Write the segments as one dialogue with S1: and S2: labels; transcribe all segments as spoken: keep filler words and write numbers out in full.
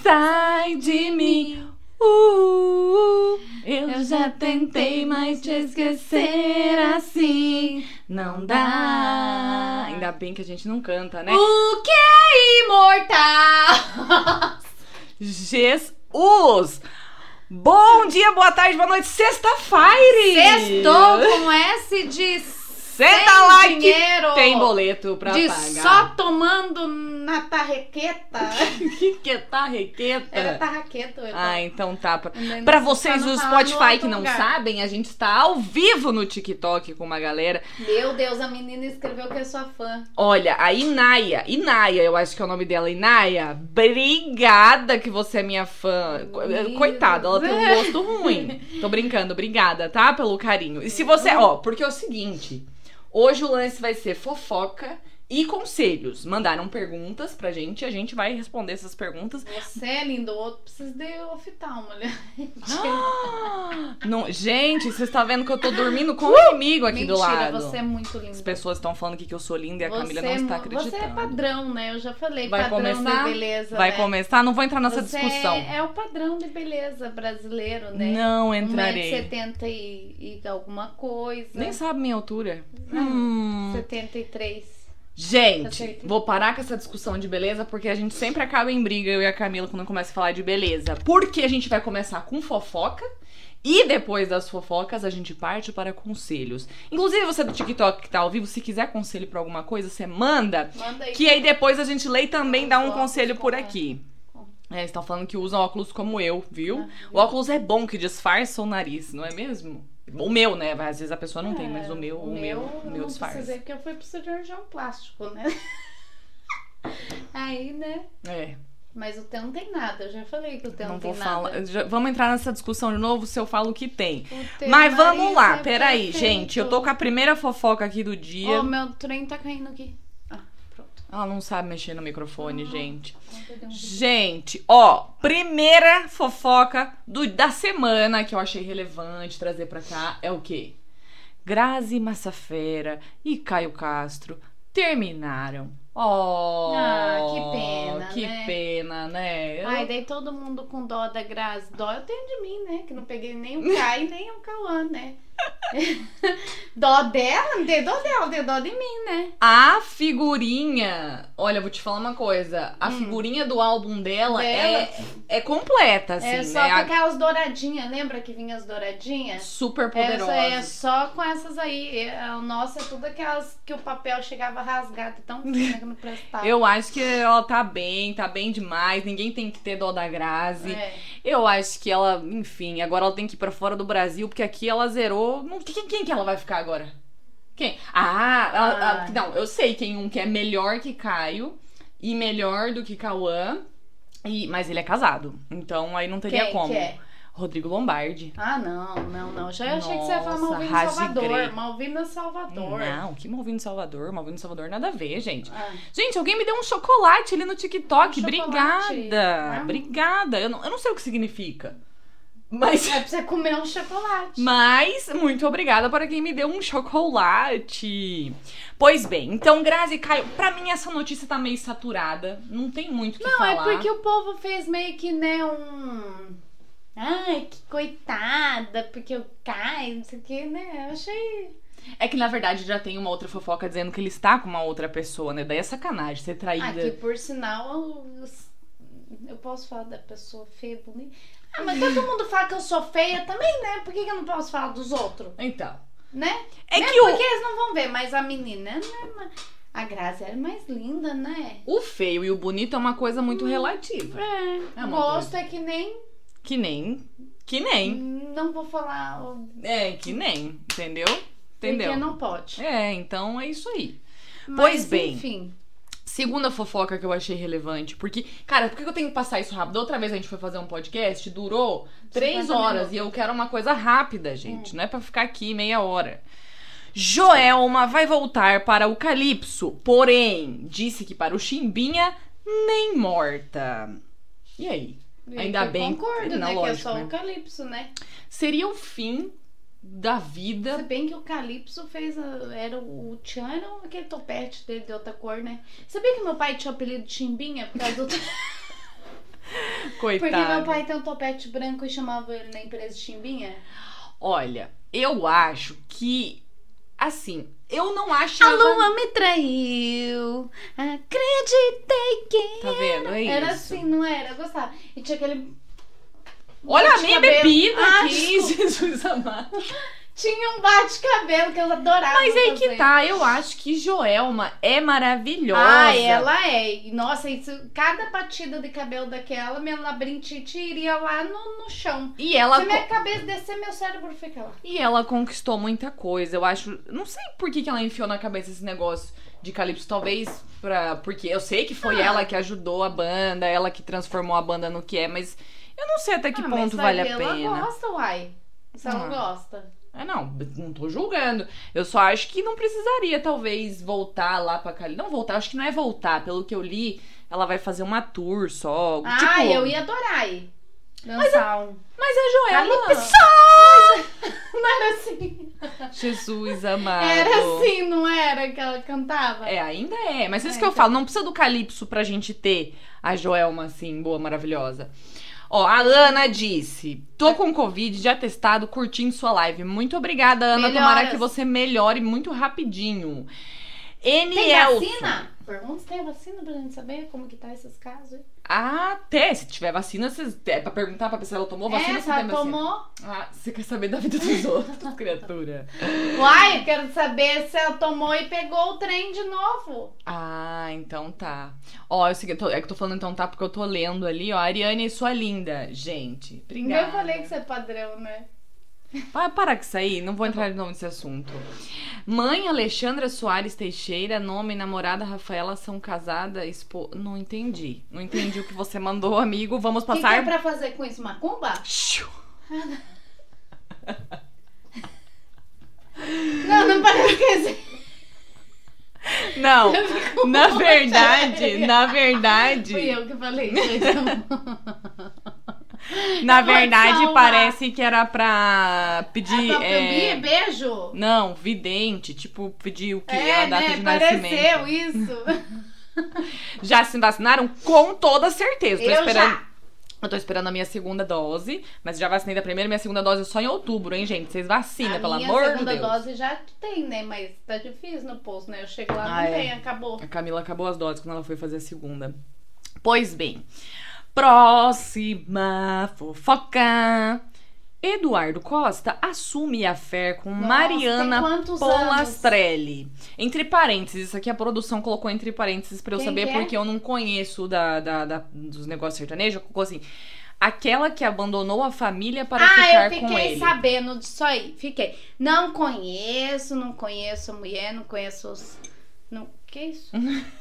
S1: sai de mim. Uh, eu, eu já tentei, mas te esquecer assim não dá. Ainda bem que a gente não canta, né?
S2: O que é imortal?
S1: Jesus! Bom dia, boa tarde, boa noite. Sexta-feira!
S2: Sextou com S de
S1: Senta lá que tem boleto pra
S2: de
S1: pagar.
S2: Só tomando na tarraqueta.
S1: O que, que é tarraqueta?
S2: Era tarraqueta. Eu
S1: ah, então tá. Pra,
S2: Pra
S1: pra vocês do Spotify que não
S2: lugar.
S1: sabem, a gente está ao vivo no TikTok com uma galera.
S2: Meu Deus, a menina escreveu que é sua fã.
S1: Olha, a Inaia, Inaia, eu acho que é o nome dela, Inaia. Obrigada que você é minha fã.
S2: Meu
S1: Coitada, ela tem um gosto ruim. Tô brincando, obrigada, tá? Pelo carinho. E se você, ó, porque é o seguinte... Hoje o lance vai ser fofoca e conselhos. Mandaram perguntas pra gente e a gente vai responder essas perguntas.
S2: Você é lindo, o outro precisa de oftalmo, olha.
S1: Ah, não, gente, você está vendo que eu tô dormindo com um inimigo aqui
S2: Mentira,
S1: do lado.
S2: Você é muito linda.
S1: As pessoas estão falando aqui que eu sou linda e a
S2: você
S1: Camila não está acreditando.
S2: Você é padrão, né? Eu já falei,
S1: vai
S2: padrão
S1: começar?
S2: de beleza.
S1: Vai
S2: né?
S1: começar? Não vou entrar nessa
S2: você
S1: discussão.
S2: É, é o padrão de beleza brasileiro, né?
S1: Não entrarei.
S2: um metro e setenta e, e alguma coisa.
S1: Nem sabe minha altura.
S2: Ah,
S1: hum.
S2: setenta e três.
S1: Gente, vou parar com essa discussão de beleza, porque a gente sempre acaba em briga, eu e a Camila, quando começa a falar de beleza. Porque a gente vai começar com fofoca e depois das fofocas a gente parte para conselhos. Inclusive você do TikTok que tá ao vivo, se quiser conselho pra alguma coisa, você manda.
S2: Manda aí.
S1: Que aí depois a gente lê e também dá um
S2: Óculos
S1: conselho por
S2: como
S1: aqui.
S2: é?
S1: É, eles estão falando que usam óculos como eu, viu?
S2: Ah,
S1: o óculos é bom, que disfarça o nariz, não é mesmo? O meu, né? Às vezes a pessoa não
S2: é,
S1: tem, mas o meu, o,
S2: o
S1: meu,
S2: meu,
S1: o meu
S2: não
S1: disfarça.
S2: precisei, porque eu fui pro cirurgião plástico, né? Aí, né?
S1: É.
S2: Mas o teu não tem nada, eu já falei que o teu não,
S1: Não
S2: tem
S1: vou
S2: nada.
S1: falar. Já- vamos entrar nessa discussão de novo se eu falo o que tem.
S2: O teu
S1: Mas vamos
S2: nariz
S1: lá,
S2: é
S1: peraí,
S2: perfeito.
S1: gente. Eu tô com a primeira fofoca aqui do dia.
S2: Ô, meu trem tá caindo aqui. Ah, pronto.
S1: Ela não sabe mexer no microfone, gente.
S2: Ontem deu um vídeo.
S1: Gente, ó, primeira fofoca do, da semana que eu achei relevante trazer pra cá é o quê? Grazi Massafera e Caio Castro terminaram. Oh,
S2: Ah, que pena,
S1: que
S2: né?
S1: pena, né? Eu-
S2: Ai, daí todo mundo com dó da Grazi. Dó eu tenho de mim, né? Que não peguei nem o Caio nem o Cauã, né? Dó dela, não tem dó dela, tem dó de mim, né?
S1: A figurinha, olha, eu vou te falar uma coisa. A
S2: Hum.
S1: figurinha do álbum dela,
S2: Dela?
S1: É, é completa, assim,
S2: é só
S1: né?
S2: com
S1: A-
S2: aquelas douradinhas, lembra que vinha as douradinhas?
S1: super poderosa.
S2: Essa é só com essas aí. É, o nosso é tudo aquelas que o papel chegava rasgado, tão fina que não prestava.
S1: Eu acho que ela tá bem, tá bem demais. Ninguém tem que ter dó da Grazi.
S2: É.
S1: Eu acho que ela, enfim, agora ela tem que ir pra fora do Brasil, porque aqui ela zerou. Não, quem, quem que ela vai ficar agora? Quem? Ah, ela-
S2: Ah.
S1: ela- não, eu sei quem um que é melhor que Caio e melhor do que Cauã. E, mas ele é casado, então aí não teria
S2: Quem
S1: como.
S2: que é?
S1: Rodrigo Lombardi.
S2: Ah, não, não, não. Já achei que você ia falar
S1: Nossa,
S2: Malvina
S1: Rage
S2: Salvador.
S1: Grey.
S2: Malvina Salvador.
S1: Não, que Malvino Salvador, Malvino Salvador, nada a ver, gente.
S2: Ah.
S1: Gente, alguém me deu um chocolate ali no TikTok.
S2: Um chocolate?
S1: Obrigada.
S2: Ah.
S1: Obrigada. Eu não, eu não sei o que significa. Mas,
S2: É pra você comer um chocolate.
S1: mas, muito obrigada para quem me deu um chocolate. Pois bem, então, Grazi e Caio, pra mim essa notícia tá meio saturada. Não tem muito o que
S2: Não,
S1: falar.
S2: é porque o povo fez meio que, né, um... Ai, que coitada, porque eu caio, não sei o que, né? Eu achei...
S1: É que, na verdade, já tem uma outra fofoca dizendo que ele está com uma outra pessoa, né? Daí é sacanagem ser traída.
S2: Ah, que por sinal, eu, eu posso falar da pessoa feia, bonita. Ah, mas todo mundo fala que eu sou feia também, né? Por que, que eu não posso falar dos outros?
S1: Então,
S2: Né?
S1: é
S2: Né?
S1: que o...
S2: Porque eles não vão ver, mas a menina, né? A Grazi era mais linda, né?
S1: O feio e o bonito é uma coisa muito relativa.
S2: É,
S1: É uma
S2: gosto
S1: coisa.
S2: é que nem...
S1: Que nem. Que nem.
S2: Não vou falar o-
S1: É, que nem. Entendeu? Entendeu?
S2: porque não pode.
S1: É, então é isso aí.
S2: Mas,
S1: Pois bem.
S2: enfim.
S1: Segunda fofoca que eu achei relevante. Porque, cara, por que eu tenho que passar isso rápido? Outra vez a gente foi fazer um podcast, durou três
S2: cinquenta
S1: horas.
S2: minutos.
S1: E eu quero uma coisa rápida, gente. Não é pra ficar aqui meia hora. Joelma vai voltar para o Calypso, porém, disse que para o Chimbinha, nem morta. E aí? Ainda
S2: eu
S1: bem.
S2: concordo,
S1: Não,
S2: né?
S1: lógico,
S2: que é só
S1: né?
S2: o Calypso, né?
S1: Seria o fim da
S2: Se
S1: vida.
S2: bem que o Calypso fez. A, era o Tchan, era aquele topete dele de outra cor, né? Sabia que meu pai tinha o apelido de Chimbinha por causa do.
S1: Coitado.
S2: Porque meu pai tem um topete branco e chamava ele na empresa de Chimbinha.
S1: Olha, eu acho que, assim, eu não acho...
S2: A lua me traiu, acreditei que
S1: Tá vendo? É
S2: era
S1: isso.
S2: assim, não era? Eu gostava. E tinha aquele...
S1: Olha a minha
S2: bate-cabelo.
S1: bebida
S2: Ah,
S1: aqui,
S2: desculpa.
S1: Jesus amado.
S2: Tinha um bate-cabelo que eu adorava.
S1: Mas aí
S2: fazer.
S1: que tá, eu acho que Joelma é maravilhosa.
S2: Ah, ela é. E, nossa, isso, cada batida de cabelo daquela, minha labirintite iria lá no, no chão.
S1: E ela,
S2: Se minha
S1: co-
S2: cabeça descer, meu cérebro fica lá.
S1: e ela conquistou muita coisa. Eu acho. Não sei por que, que ela enfiou na cabeça esse negócio de Calypso. Talvez pra. Porque eu sei que foi
S2: Ah.
S1: ela que ajudou a banda, ela que transformou a banda no que é, mas eu não sei até que
S2: Ah, mas
S1: ponto
S2: vai
S1: vale
S2: ver,
S1: a pena.
S2: Ela gosta, uai. Se ela
S1: Ah.
S2: não gosta.
S1: É, não, não tô julgando. Eu só acho que não precisaria, talvez, voltar lá pra Cali. Não voltar, acho que não é voltar. Pelo que eu li, ela vai fazer uma tour só.
S2: Ah,
S1: tipo,
S2: eu ia adorar ir. Dançar um.
S1: Mas a Joelma...
S2: Calypso! Não era assim.
S1: Jesus amado.
S2: Era assim, não era que ela cantava?
S1: É, ainda é. Mas isso
S2: É,
S1: que eu
S2: então.
S1: falo, não precisa do Calypso pra gente ter a Joelma assim, boa, maravilhosa. Ó, a Ana disse: tô com Covid, de atestado, curtindo sua live. Muito obrigada, Ana.
S2: Melhoras.
S1: Tomara que você melhore muito rapidinho. N.
S2: Tem
S1: Elson.
S2: vacina? Pergunta se tem vacina pra gente saber como que tá esses casos. Hein?
S1: Até, se tiver vacina, vocês, é pra perguntar pra pessoa se ela tomou vacina
S2: É,
S1: ou
S2: se
S1: se
S2: ela
S1: tem vacina.
S2: tomou.
S1: Ah, você quer saber da vida dos outros, criatura.
S2: Uai, eu quero saber se ela tomou e pegou o trem de novo.
S1: Ah, então tá. Ó, é o seguinte, tô- é que eu tô falando então tá porque eu tô lendo ali, ó. Ariane, sua linda. Gente, obrigada.
S2: Eu falei que você é padrão, né?
S1: Vai parar com isso aí, não vou entrar de novo nesse assunto. Mãe Alexandra Soares Teixeira, nome namorada Rafaela são casada, expo... Não entendi. Não entendi o que você mandou, amigo. Vamos
S2: O que, que
S1: passar...
S2: é pra fazer com isso? Macumba?
S1: Xiu.
S2: Não, não parece que é assim.
S1: Não,
S2: Ficou
S1: na
S2: uma
S1: verdade,
S2: séria.
S1: na verdade,
S2: Fui eu que falei isso.
S1: na
S2: Pode
S1: verdade
S2: salvar.
S1: parece que era pra pedir...
S2: Ah, pra
S1: é,
S2: pedir beijo?
S1: Não, vidente, tipo, pedir o que?
S2: É,
S1: a data
S2: né?
S1: de
S2: Pareceu
S1: nascimento.
S2: isso.
S1: Já se vacinaram? Com toda certeza. Tô
S2: Eu
S1: esperando...
S2: já.
S1: Eu tô esperando a minha segunda dose, mas já vacinei da primeira e minha segunda dose é só em outubro, hein, gente? Vocês vacinam,
S2: A
S1: pelo
S2: minha
S1: amor de
S2: segunda
S1: Deus.
S2: dose já tem, né? Mas tá difícil no posto, né? Eu chego lá,
S1: Ah,
S2: não
S1: é.
S2: tem, acabou.
S1: A Camila acabou as doses quando ela foi fazer a segunda. Pois bem, próxima fofoca. Eduardo Costa assume a fé com
S2: Nossa,
S1: Mariana
S2: tem quantos
S1: Polastrelli. Entre parênteses, isso aqui a produção colocou entre parênteses pra eu
S2: Quem
S1: saber,
S2: que é?
S1: porque eu não conheço da, da- da- dos negócios sertanejos. Colocou assim: aquela que abandonou a família para
S2: Ah,
S1: ficar
S2: eu
S1: com
S2: fiquei
S1: ele.
S2: sabendo disso aí. Fiquei. Não conheço, não conheço a mulher, não conheço os. Não... Que isso?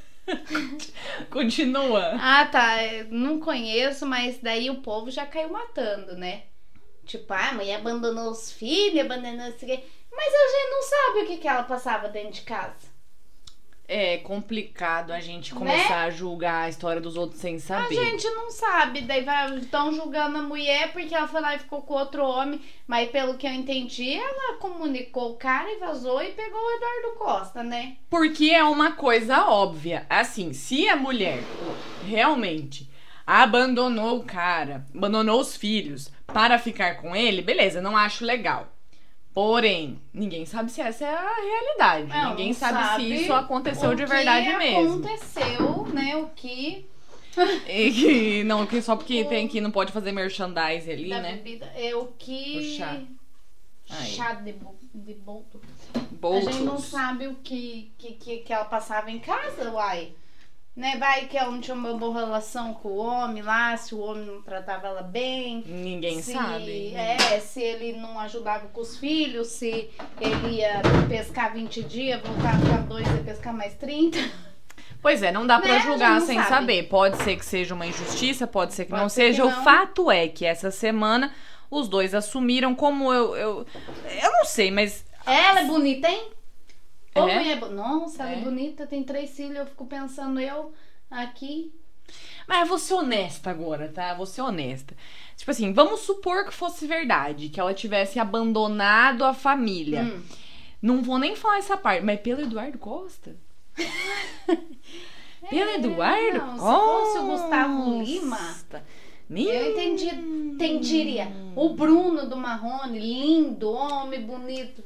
S1: Continua.
S2: Ah, tá. eu Não conheço, mas daí o povo já caiu matando, né? Tipo, ah, a mulher abandonou os filhos, abandonou isso aqui. Mas a gente não sabe o que, que ela passava dentro de casa.
S1: É complicado a gente
S2: Né?
S1: começar a julgar a história dos outros sem
S2: A
S1: saber.
S2: gente não sabe. Daí estão julgando a mulher porque ela foi lá e ficou com outro homem. Mas pelo que eu entendi, ela comunicou o cara e vazou e pegou o Eduardo Costa, né?
S1: Porque é uma coisa óbvia. Assim, se a mulher realmente abandonou o cara, abandonou os filhos para ficar com ele, beleza, não acho legal. Porém, ninguém sabe se essa é a realidade.
S2: Não,
S1: ninguém
S2: não
S1: sabe,
S2: sabe
S1: se isso aconteceu
S2: o
S1: de verdade
S2: que
S1: mesmo.
S2: aconteceu, né? O que
S1: E que- não, que só porque tem que não pode fazer merchandise ali,
S2: da
S1: né?
S2: bebida. É o que.
S1: O chá. Aí.
S2: Chá de, bo- de boldo.
S1: Bolsos.
S2: A gente não sabe o que, que, que, que ela passava em casa, uai. Né? Vai que ela não tinha uma boa relação com o homem lá, se o homem não tratava ela bem.
S1: Ninguém
S2: se,
S1: sabe.
S2: É, se ele não ajudava com os filhos, se ele ia pescar vinte dias, voltar a ficar dois e pescar mais trinta.
S1: Pois é, não dá pra
S2: Né? A
S1: julgar
S2: gente não
S1: sem
S2: sabe.
S1: saber. Pode ser que seja uma injustiça, pode ser que
S2: Pode
S1: não
S2: ser que
S1: seja. O
S2: não.
S1: fato é que essa semana os dois assumiram, como eu. Eu, eu não sei, mas.
S2: Ela é bonita, hein? Ô,
S1: É?
S2: mulher, bo- nossa, ela é
S1: É?
S2: bonita, tem três filhos, eu fico pensando, eu aqui.
S1: Mas eu vou ser honesta agora, tá? Vou ser honesta. Tipo assim, vamos supor que fosse verdade, que ela tivesse abandonado a família.
S2: Hum.
S1: Não vou nem falar essa parte, mas pelo Eduardo Costa? Pelo
S2: É,
S1: Eduardo
S2: não, se
S1: Costa?
S2: fosse o Gustavo Lima. Eu entendi, entenderia. O Bruno do Marrone, lindo, homem bonito.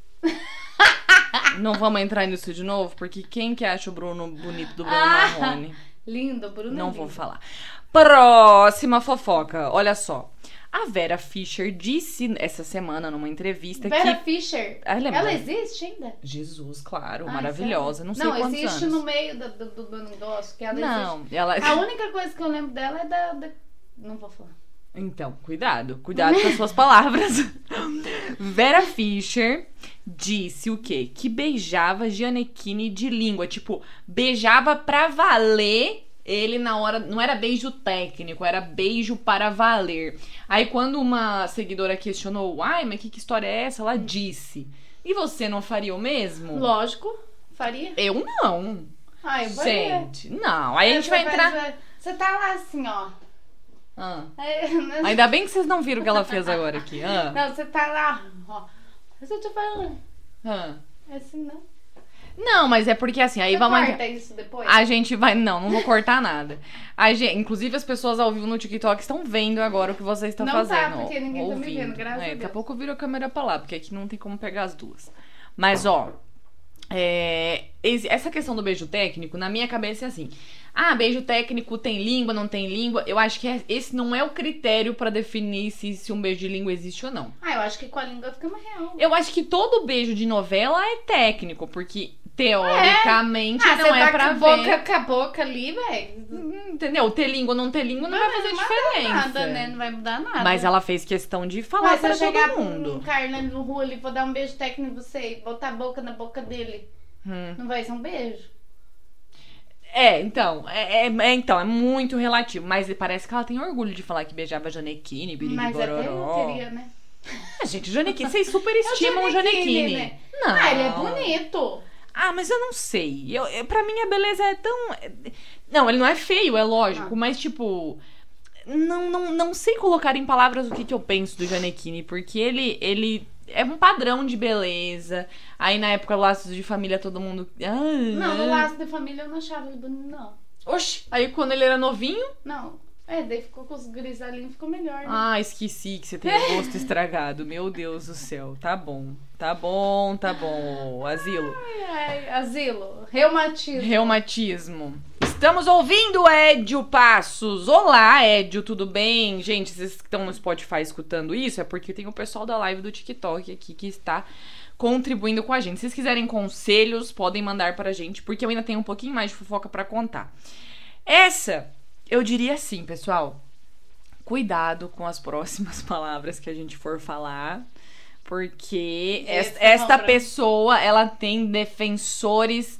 S1: Não vamos entrar nisso de novo, porque quem que acha o Bruno bonito do Bruno
S2: Ah,
S1: Marrone?
S2: Lindo, Bruno.
S1: Não
S2: é
S1: vou
S2: lindo.
S1: falar. Próxima fofoca. Olha só. A Vera Fischer disse essa semana numa entrevista
S2: Vera
S1: que...
S2: Fischer,
S1: Ah, lembra?
S2: ela existe ainda?
S1: Jesus, claro,
S2: Ah,
S1: maravilhosa.
S2: sério?
S1: Não sei
S2: Não,
S1: quantos
S2: existe
S1: anos.
S2: no meio do, do, do negócio, que ela
S1: Não,
S2: existe.
S1: ela...
S2: A única coisa que eu lembro dela é da... da... Não vou falar.
S1: Então, cuidado. Cuidado com as suas palavras. Vera Fischer disse o quê? Que beijava Gianecchini de língua. Tipo, beijava pra valer ele na hora... Não era beijo técnico, era beijo para valer. Aí quando uma seguidora questionou, ai, mas que, que história é essa? Ela disse, e você não faria o mesmo?
S2: Lógico, faria.
S1: Eu não.
S2: Ah, eu faria.
S1: Gente, não. Aí a gente
S2: Você
S1: vai
S2: faz-
S1: entrar...
S2: Você tá lá assim, ó.
S1: Ah.
S2: É,
S1: Ainda bem que vocês não viram o que ela fez agora aqui. Ah.
S2: Não, você tá lá, ó. Mas eu tô falando.
S1: Ah.
S2: É assim, não.
S1: Não, mas é porque assim, aí
S2: Você
S1: vamos...
S2: corta isso depois?
S1: A gente vai... Não, não vou cortar nada. A gente... Inclusive, as pessoas ao vivo no TikTok estão vendo agora o que vocês estão
S2: Não
S1: fazendo.
S2: tá, porque ninguém tá me
S1: ouvindo.
S2: vendo, graças
S1: É,
S2: a
S1: Daqui a
S2: Deus.
S1: pouco eu viro a câmera pra lá, porque aqui não tem como pegar as duas. Mas, ó... é, esse- Essa questão do beijo técnico, na minha cabeça é assim... Ah, beijo técnico tem língua, não tem língua. Eu acho que é- esse não é o critério pra definir se, se um beijo de língua existe ou não.
S2: Ah, eu acho que com a língua fica mais real.
S1: Eu acho que todo beijo de novela é técnico, porque teoricamente
S2: Ah,
S1: não
S2: você
S1: é
S2: tá
S1: pra
S2: com a
S1: ver.
S2: boca, com a boca ali, velho.
S1: Entendeu? Ter língua ou não ter língua não, vai fazer
S2: não
S1: diferença.
S2: Vai mudar nada, né? Não vai mudar nada.
S1: Mas ela fez questão de falar
S2: Mas se
S1: pra
S2: eu chegar
S1: todo
S2: pra
S1: mundo.
S2: um cara na rua ali, vou dar um beijo técnico em você e botar a boca na boca dele,
S1: Hum.
S2: não vai ser um beijo?
S1: É, então, é, é- é, então, é muito relativo. Mas parece que ela tem orgulho de falar que beijava Gianecchini, Biriri
S2: Mas até eu
S1: Bororó.
S2: queria, né?
S1: Ah, gente, Gianecchini, vocês super estimam o Gianecchini.
S2: né?
S1: Não.
S2: Ah, ele é bonito.
S1: Ah, mas eu não sei. Eu, eu, pra mim a beleza é tão... Não, ele não é feio, é lógico.
S2: Ah.
S1: Mas, tipo... Não, não, não sei colocar em palavras o que, que eu penso do Gianecchini. Porque ele, ele é um padrão de beleza. Aí, na época, Laços de Família, todo mundo... Ah,
S2: Não, no
S1: ah.
S2: laço de família eu não achava ele bonito, não.
S1: Oxi, aí quando ele era novinho...
S2: Não. É, daí ficou com os grisalhinhos, ficou melhor, né?
S1: Ah, esqueci que você tem o gosto estragado. Meu Deus do céu. Tá bom. Tá bom, tá bom. Asilo.
S2: Ai, ai, asilo. Reumatismo.
S1: Reumatismo. Estamos ouvindo Édio Passos. Olá, Édio, tudo bem? Gente, vocês que estão no Spotify escutando isso, é porque tem o pessoal da live do TikTok aqui que está contribuindo com a gente. Se vocês quiserem conselhos, podem mandar pra gente, porque eu ainda tenho um pouquinho mais de fofoca pra contar. Essa, eu diria assim, pessoal, cuidado com as próximas palavras que a gente for falar, porque
S2: Essa
S1: esta, esta
S2: palavra.
S1: pessoa, ela tem defensores...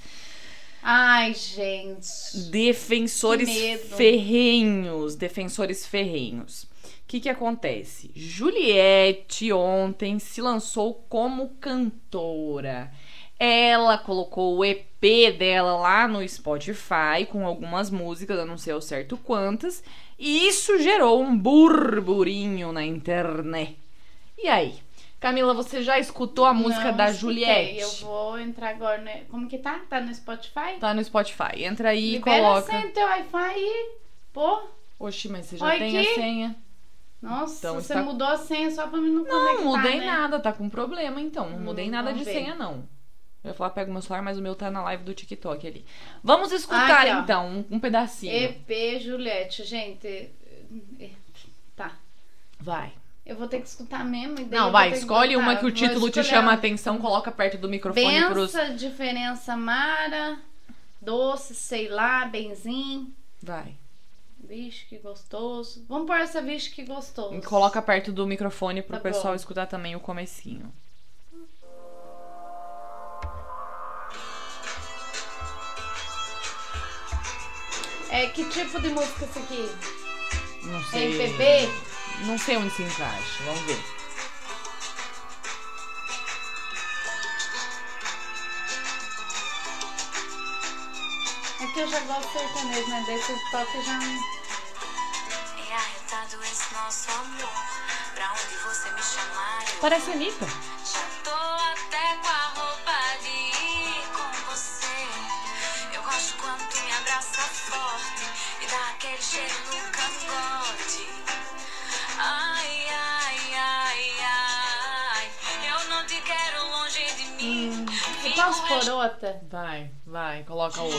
S2: Ai, gente.
S1: Defensores
S2: Que medo.
S1: ferrenhos. Defensores ferrenhos. O que que acontece? Juliette ontem se lançou como cantora. Ela colocou o E P dela lá no Spotify com algumas músicas, eu não sei ao certo quantas, e isso gerou um burburinho na internet. E aí? Camila, você já escutou a música
S2: Não
S1: da
S2: escutei.
S1: Juliette?
S2: Eu vou entrar agora, né? Como que tá? Tá no Spotify?
S1: Tá no Spotify. Entra aí e
S2: Libera
S1: coloca.
S2: a senha do teu Wi-Fi e... Pô,
S1: Oxi, mas você já
S2: Olha
S1: tem
S2: aqui.
S1: a senha.
S2: nossa,
S1: Então
S2: você
S1: está-
S2: mudou a senha só pra mim não conectar,
S1: Não, mudei
S2: né?
S1: nada, tá com problema então. Não
S2: Hum,
S1: mudei nada de
S2: vamos ver.
S1: senha, não. Eu ia falar, pega o meu celular, mas o meu tá na live do TikTok ali. Vamos escutar
S2: Aqui, ó.
S1: então um, um pedacinho.
S2: E P Juliette, gente. eh, Tá.
S1: Vai.
S2: Eu vou ter que escutar mesmo. E daí eu
S1: Não,
S2: vou
S1: vai,
S2: ter que
S1: escolhe
S2: botar.
S1: uma que o
S2: Vou
S1: título te
S2: escolher
S1: chama a
S2: uma.
S1: atenção, coloca perto do microfone pros...
S2: Bença, diferença Mara, doce, sei lá, benzinho.
S1: Vai.
S2: Vixe, que gostoso. Vamos pôr essa vixe que gostoso.
S1: Coloca perto do microfone pro
S2: Tá
S1: pessoal
S2: bom.
S1: escutar também o comecinho.
S2: É, que tipo de música essa aqui?
S1: Não
S2: É
S1: sei.
S2: M P B?
S1: Não sei onde se encaixa. Vamos ver.
S2: É que eu já gosto de sertanejo, né? Desse toque já...
S3: É arretado esse nosso amor. Pra onde você me chamar, eu
S1: Parece a Anitta.
S3: já tô até com a roupa de ir com você. Eu gosto quando tu me abraça forte e dá aquele cheiro no cangote.
S2: Posso pôr outra?
S1: Vai, vai, coloca outra.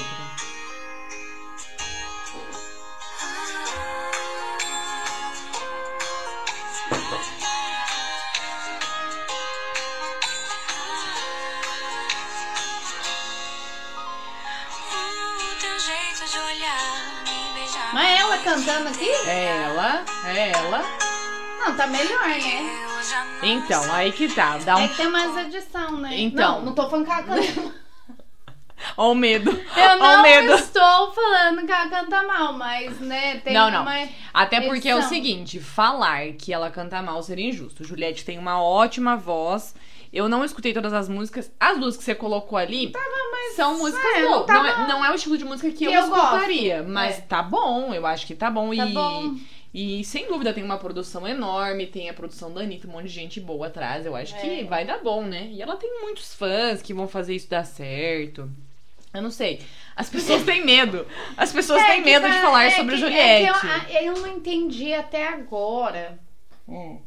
S3: O teu jeito de olhar, me beijar.
S2: Mas é ela cantando aqui?
S1: É ela, é ela.
S2: Não, tá melhor, né?
S3: Eu já não
S1: Então, aí que tá, dá
S2: É
S1: um...
S2: que tem mais edição, né?
S1: Então.
S2: Não, não tô falando que ela canta.
S1: Ó o medo,
S2: Eu
S1: ó o
S2: não
S1: medo.
S2: estou falando que ela canta mal, mas, né, tem
S1: Não, não.
S2: uma...
S1: Até porque é o
S2: edição.
S1: seguinte, falar que ela canta mal seria injusto. Juliette tem uma ótima voz. Eu não escutei todas as músicas. As duas que você colocou ali são músicas
S2: é, não
S1: boas.
S2: tava-
S1: Não, é, não é o estilo de música que,
S2: que
S1: eu,
S2: eu
S1: escutaria.
S2: gosto.
S1: Mas
S2: É.
S1: tá bom, eu acho que tá bom.
S2: Tá
S1: e,
S2: bom.
S1: e sem dúvida tem uma produção enorme. Tem a produção da Anitta, um monte de gente boa atrás. Eu acho
S2: É.
S1: que vai dar bom, né? E ela tem muitos fãs que vão fazer isso dar certo. Eu não sei. As pessoas têm medo. As pessoas
S2: É
S1: têm
S2: que
S1: medo de
S2: tá-
S1: falar
S2: é
S1: sobre
S2: que-
S1: Juliette.
S2: É que eu, eu não entendi até agora.
S1: Hum.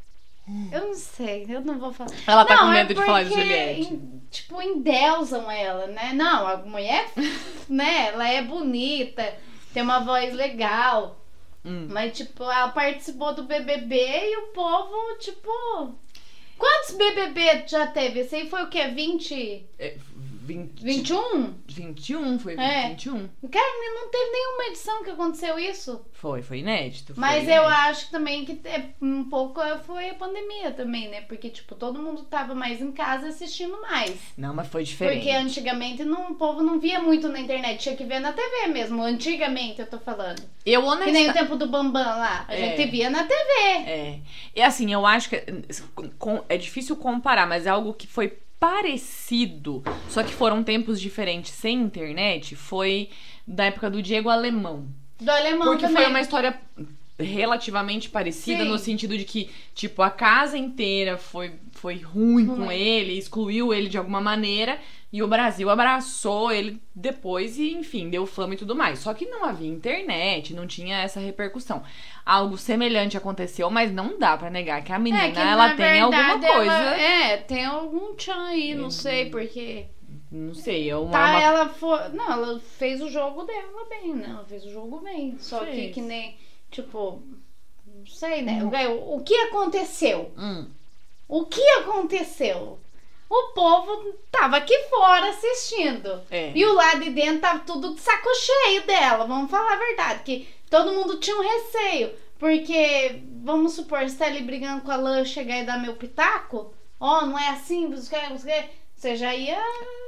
S2: Eu não sei, eu não vou falar.
S1: Ela tá
S2: não,
S1: com medo
S2: é
S1: de falar de
S2: porque,
S1: Juliette.
S2: em- tipo, endeusam ela, né? Não, a mulher, né? Ela é bonita, tem uma voz legal.
S1: Hum.
S2: Mas, tipo, ela participou do B B B e o povo, tipo... Quantos B B B já teve? Esse aí foi o quê? vinte?
S1: É, vinte,
S2: vinte e um?
S1: vinte e um, foi
S2: É.
S1: vinte e um.
S2: Cara, não teve nenhuma edição que aconteceu isso.
S1: Foi, foi inédito. foi
S2: Mas eu
S1: inédito.
S2: acho também que é um pouco foi a pandemia também, né? Porque, tipo, todo mundo tava mais em casa assistindo mais.
S1: Não, mas foi diferente.
S2: Porque antigamente não, o povo não via muito na internet, tinha que ver na T V mesmo. Antigamente, eu tô falando.
S1: Eu
S2: Que nem o
S1: honestamente...
S2: tempo do Bambam lá. A
S1: É.
S2: gente via na T V.
S1: É. E assim, eu acho que com- é difícil comparar, mas é algo que foi parecido, só que foram tempos diferentes sem internet, foi da época do Diego Alemão.
S2: Do alemão
S1: Porque
S2: também.
S1: foi uma história relativamente parecida
S2: Sim.
S1: no sentido de que, tipo, a casa inteira foi, foi ruim com
S2: Ruim.
S1: ele, excluiu ele de alguma maneira, e o Brasil abraçou ele depois e, enfim, deu fama e tudo mais. Só que não havia internet, não tinha essa repercussão. Algo semelhante aconteceu, mas não dá pra negar que a menina,
S2: É, que,
S1: ela
S2: na
S1: tem alguma
S2: verdade,
S1: coisa.
S2: ela- é, tem algum tchan aí, não sei, porque...
S1: Não sei, é uma...
S2: Tá,
S1: uma-
S2: ela foi. Não, ela fez o jogo dela bem, né? Ela fez o jogo bem. Só que
S1: Fez.
S2: que nem, tipo, não sei, né? O, o que aconteceu?
S1: Hum,
S2: O que aconteceu? O povo tava aqui fora assistindo.
S1: é.
S2: E o lado de dentro tava tudo de saco cheio dela. Vamos falar a verdade. Que todo mundo tinha um receio. Porque, vamos supor, você tá ali brigando com a Lã, chegar e dar meu pitaco. Ó, não é assim, você, você, você já ia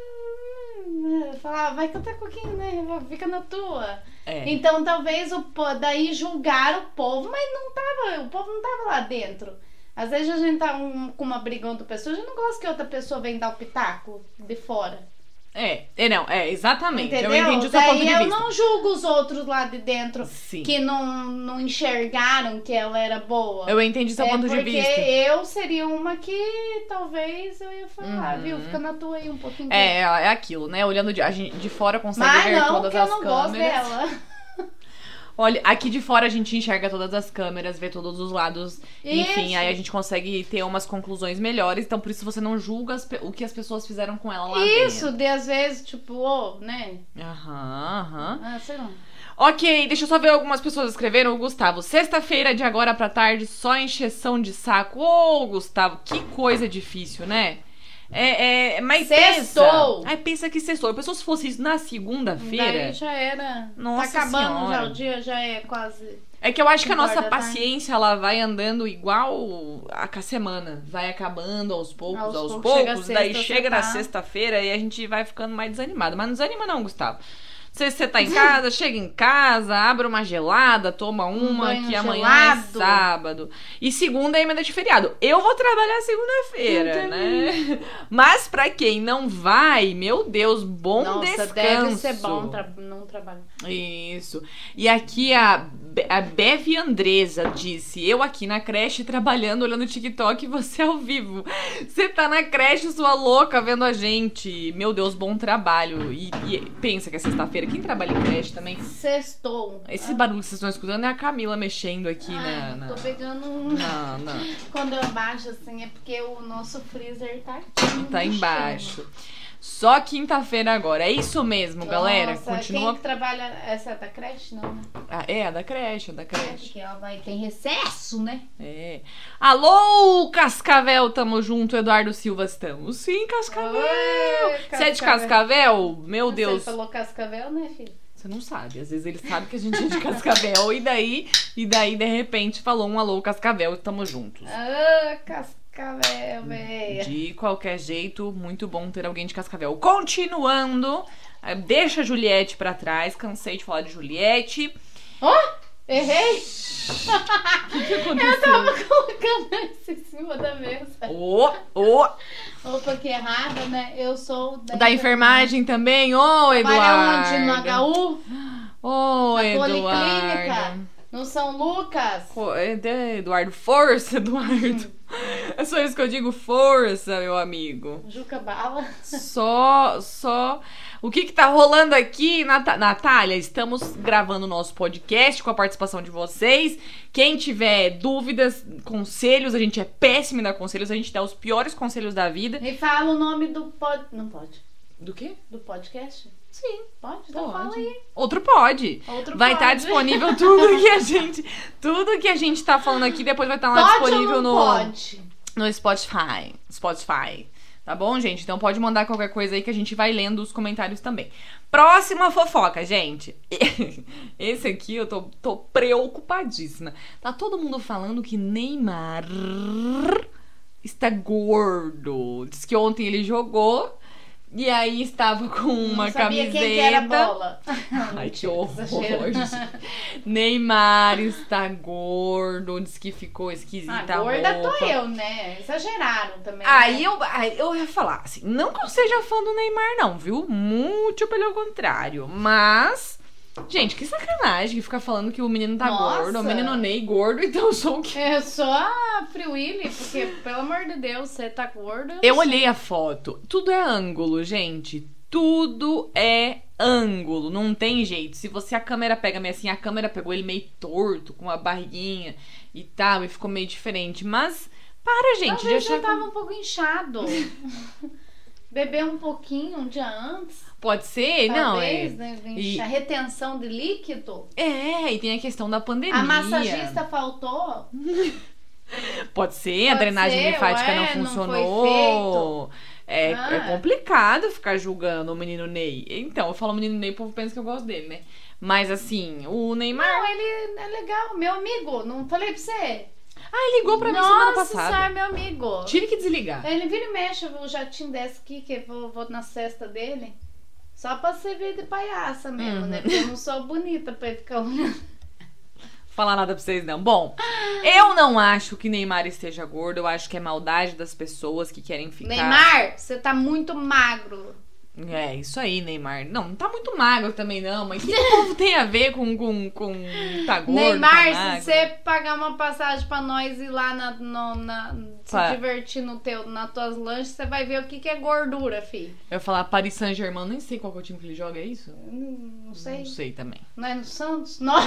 S2: hum, falar, vai cantar coquinho, né? Fica na tua.
S1: É.
S2: Então talvez o po- daí julgar o povo, mas não tava, o povo não tava lá dentro. Às vezes a gente tá um- com uma briga com outra pessoa, a gente não gosta que outra pessoa venha dar o pitaco de fora.
S1: É, é, não, é, exatamente.
S2: Entendeu?
S1: Eu entendi o seu
S2: Daí
S1: ponto de
S2: eu
S1: vista.
S2: não julgo os outros lá de dentro
S1: Sim.
S2: que não, não enxergaram que ela era boa.
S1: Eu entendi seu
S2: É
S1: ponto de
S2: porque
S1: vista.
S2: eu seria uma que talvez eu ia falar,
S1: Uhum.
S2: viu? Fica na tua aí um pouquinho.
S1: É, é aquilo, né? Olhando de, a gente, de fora consegue
S2: Mas
S1: ver
S2: não,
S1: todas
S2: que eu
S1: as
S2: não gosto
S1: câmeras.
S2: dela.
S1: Olha, aqui de fora a gente enxerga todas as câmeras, vê todos os lados. Enfim,
S2: Isso.
S1: aí a gente consegue ter umas conclusões melhores. Então, por isso você não julga as pe- o que as pessoas fizeram com ela lá
S2: Isso, de às vezes, tipo, ô, né?
S1: dentro. Aham, aham.
S2: Ah, sei lá.
S1: Ok, deixa eu só ver algumas pessoas escreveram. O Gustavo, sexta-feira de agora pra tarde, só encheção de saco. Ô, Gustavo, que coisa difícil, né? É, é, mas
S2: Sextou.
S1: pensa. Aí pensa que sextou. A pessoa se fosse isso na segunda-feira.
S2: Daí já era.
S1: Nossa
S2: tá acabando
S1: Senhora.
S2: já, o dia já é quase.
S1: É que eu acho que a nossa
S2: Concorda, tá?
S1: paciência, ela vai andando igual a com a semana. Vai acabando aos poucos, aos,
S2: Aos
S1: poucos.
S2: poucos, chega a sexta,
S1: daí
S2: você
S1: chega na
S2: tá-
S1: sexta-feira e a gente vai ficando mais desanimado. Mas não desanima não, Gustavo. Se você tá em casa, chega em casa, abre uma gelada, toma uma,
S2: banho
S1: que amanhã
S2: gelado.
S1: é sábado. E segunda é emenda de feriado. Eu vou trabalhar segunda-feira, né? Mas pra quem não vai, meu Deus, bom
S2: Nossa,
S1: descanso.
S2: deve ser bom tra- não trabalhar.
S1: Isso. E aqui a, Be- a Bev Andresa disse: eu aqui na creche trabalhando, olhando o TikTok e você ao vivo. Você tá na creche, sua louca, vendo a gente. Meu Deus, bom trabalho. E, e pensa que é sexta-feira. Quem trabalha em creche também?
S2: Sextou.
S1: Esse barulho que vocês estão escutando é a Camila mexendo aqui
S2: Ai,
S1: na. na...
S2: tô pegando um.
S1: Não, não.
S2: Quando eu abaixo assim é porque o nosso freezer tá aqui.
S1: Tá
S2: no
S1: embaixo. Só quinta-feira agora. É isso mesmo, galera.
S2: Nossa,
S1: Continua.
S2: quem que trabalha... Essa é da creche, não, né?
S1: Ah, é, a da creche, a da
S2: É,
S1: creche.
S2: porque ela vai... Tem recesso, né?
S1: É. Alô, Cascavel, tamo junto. Eduardo Silva, estamos. Sim, Cascavel.
S2: Oi,
S1: Você é de Cascavel? Meu Deus.
S2: Você falou Cascavel, né, filho?
S1: Você não sabe. Às vezes ele sabe que a gente é de Cascavel. e daí, e daí, de repente, falou um alô, Cascavel, e tamo juntos.
S2: Ah, Cascavel, véia.
S1: De qualquer jeito, muito bom ter alguém de Cascavel. Continuando, eh, deixa a Juliette pra trás. Cansei de falar de Juliette.
S2: Ó, oh, errei.
S1: O que, que aconteceu?
S2: Eu tava colocando isso em cima da mesa.
S1: Ô, ô.
S2: Opa, que errada, né? Eu sou da,
S1: Da enfermagem também. Ô, Eduardo.
S2: Trabalha onde? No H U?
S1: Ô,
S2: Na
S1: Eduardo.
S2: Policlínica? No São Lucas?
S1: Pô, Eduardo, força, Eduardo. É só isso que eu digo, força, meu amigo.
S2: Juca Bala?
S1: Só, só... O que que tá rolando aqui, Nat- Natália? Estamos gravando o nosso podcast com a participação de vocês. Quem tiver dúvidas, conselhos, a gente é péssimo em dar conselhos, a gente dá os piores conselhos da vida.
S2: Me fala o nome do pod... Não pode.
S1: Do quê?
S2: Do podcast?
S1: Sim.
S2: Pode? Então fala aí.
S1: Outro pode.
S2: Outro
S1: vai estar
S2: pode.
S1: disponível tudo que a gente, tudo que a gente tá falando aqui, depois vai estar lá
S2: Pode
S1: disponível
S2: ou não
S1: no
S2: pode?
S1: no Spotify. Spotify. Tá bom, gente? Então pode mandar qualquer coisa aí que a gente vai lendo os comentários também. Próxima fofoca, gente. Esse aqui eu tô, tô preocupadíssima. Tá todo mundo falando que Neymar está gordo. Diz que ontem ele jogou e aí estava com uma
S2: Não sabia
S1: camiseta.
S2: quem que era a bola.
S1: Ai, que horror.
S2: Exagero.
S1: Neymar está gordo. Diz que ficou esquisita
S2: Ah,
S1: a
S2: gorda
S1: roupa.
S2: tô eu, né? Exageraram também.
S1: Aí
S2: né?
S1: eu, aí eu ia falar assim, não que eu seja fã do Neymar não, viu? Muito pelo contrário. Mas, gente, que sacanagem que ficar falando que o menino tá
S2: Nossa.
S1: gordo, o menino Ney gordo, então eu sou o quê?
S2: Eu sou a Free Willy, porque, pelo amor de Deus, você tá gordo.
S1: Eu olhei a foto, tudo é ângulo, gente. Tudo é ângulo, não tem jeito. Se você a câmera pega meio assim, a câmera pegou ele meio torto, com uma barriguinha e tal, e ficou meio diferente. Mas, para, gente.
S2: Talvez
S1: já
S2: eu tava um pouco inchado. Beber um pouquinho um dia antes.
S1: Pode ser, não, é.
S2: Talvez, né?
S1: E-
S2: A retenção de líquido.
S1: É, e tem a questão da pandemia.
S2: A massagista faltou.
S1: Pode ser, a
S2: Pode
S1: drenagem
S2: ser,
S1: linfática
S2: ué,
S1: não
S2: não foi
S1: funcionou. É,
S2: Ah.
S1: é complicado ficar julgando o menino Ney. Então, eu falo menino Ney, o povo pensa que eu gosto dele, né? Mas assim, o Neymar.
S2: Não, ele é legal. Meu amigo, não falei pra você?
S1: Ah, ele ligou pra mim semana
S2: Nossa,
S1: passada.
S2: Senhora, meu amigo.
S1: Tive que desligar.
S2: Ele vira e mexe, o jatinho desse aqui, que eu vou, vou na cesta dele. Só pra você ver de palhaça mesmo,
S1: Uhum.
S2: né? Porque eu não sou bonita pra ele ficar olhando.
S1: Falar nada pra vocês, não. Bom, eu não acho que Neymar esteja gordo. Eu acho que é maldade das pessoas que querem ficar.
S2: Neymar, você tá muito magro.
S1: É, isso aí, Neymar. Não, não tá muito magro também, não. Mas o que, que o povo tem a ver com, com, com tá gordo,
S2: Neymar,
S1: tá
S2: se
S1: magro?
S2: você pagar uma passagem pra nós ir lá na, no- na- se
S1: Pá.
S2: divertir no teu, nas tuas lanches, você vai ver o que, que é gordura, filho.
S1: Eu ia falar Paris Saint-Germain, nem sei qual que é o time que ele joga, é isso?
S2: Não, não sei.
S1: Não sei também.
S2: Não é no Santos? Nossa!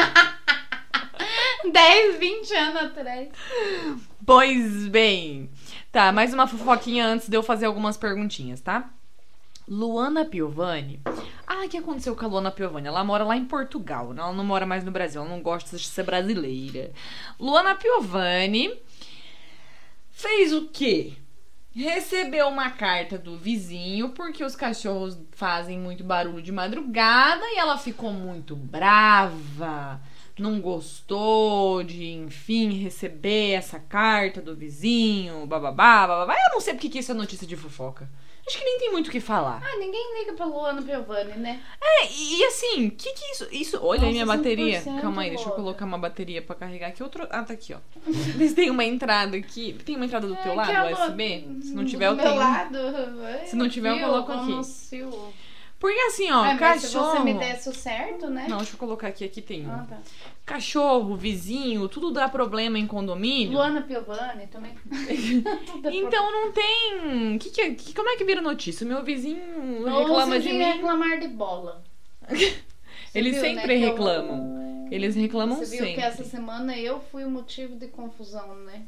S2: dez, vinte anos atrás.
S1: Pois bem. Tá, mais uma fofoquinha antes de eu fazer algumas perguntinhas, tá? Luana Piovani. Ah, o que aconteceu com a Luana Piovani? Ela mora lá em Portugal, né? Ela não mora mais no Brasil, ela não gosta de ser brasileira. Luana Piovani fez o quê? Recebeu uma carta do vizinho porque os cachorros fazem muito barulho de madrugada e ela ficou muito brava. Não gostou de, enfim, receber essa carta do vizinho, bababá, bababá. Eu não sei porque que isso é notícia de fofoca. Acho que nem tem muito o que falar.
S2: Ah, ninguém liga pra Luana Piovani, né?
S1: É, e, e assim, que que isso... isso olha aí minha
S2: Nossa,
S1: bateria.
S2: cem por cento
S1: Calma aí, deixa eu
S2: louca.
S1: colocar uma bateria pra carregar aqui. Outro... Ah, tá aqui, ó. Eles têm uma entrada aqui. Tem uma entrada do teu
S2: É,
S1: lado,
S2: que a
S1: U
S2: Lu-
S1: S B? Se não
S2: do
S1: tiver, eu
S2: meu
S1: tenho.
S2: lado.
S1: Se não tiver, eu
S2: Fio,
S1: coloco aqui.
S2: como fio.
S1: Porque assim, ó,
S2: Ah, mas se
S1: cachorro...
S2: você me desse o certo, né?
S1: Não, deixa eu colocar aqui. Aqui tem um.
S2: Ah, tá.
S1: Cachorro, vizinho, tudo dá problema em condomínio.
S2: Luana Piovani também. Tudo é
S1: Então não tem... Que que, é- que, como é que vira notícia? Meu vizinho
S2: Ou
S1: reclama
S2: se
S1: de
S2: vinha
S1: mim.
S2: reclamar de bola. Você
S1: Eles
S2: viu,
S1: sempre
S2: né, que eu-
S1: reclamam. Eles reclamam
S2: Você viu
S1: sempre.
S2: que essa semana eu fui o motivo de confusão, né?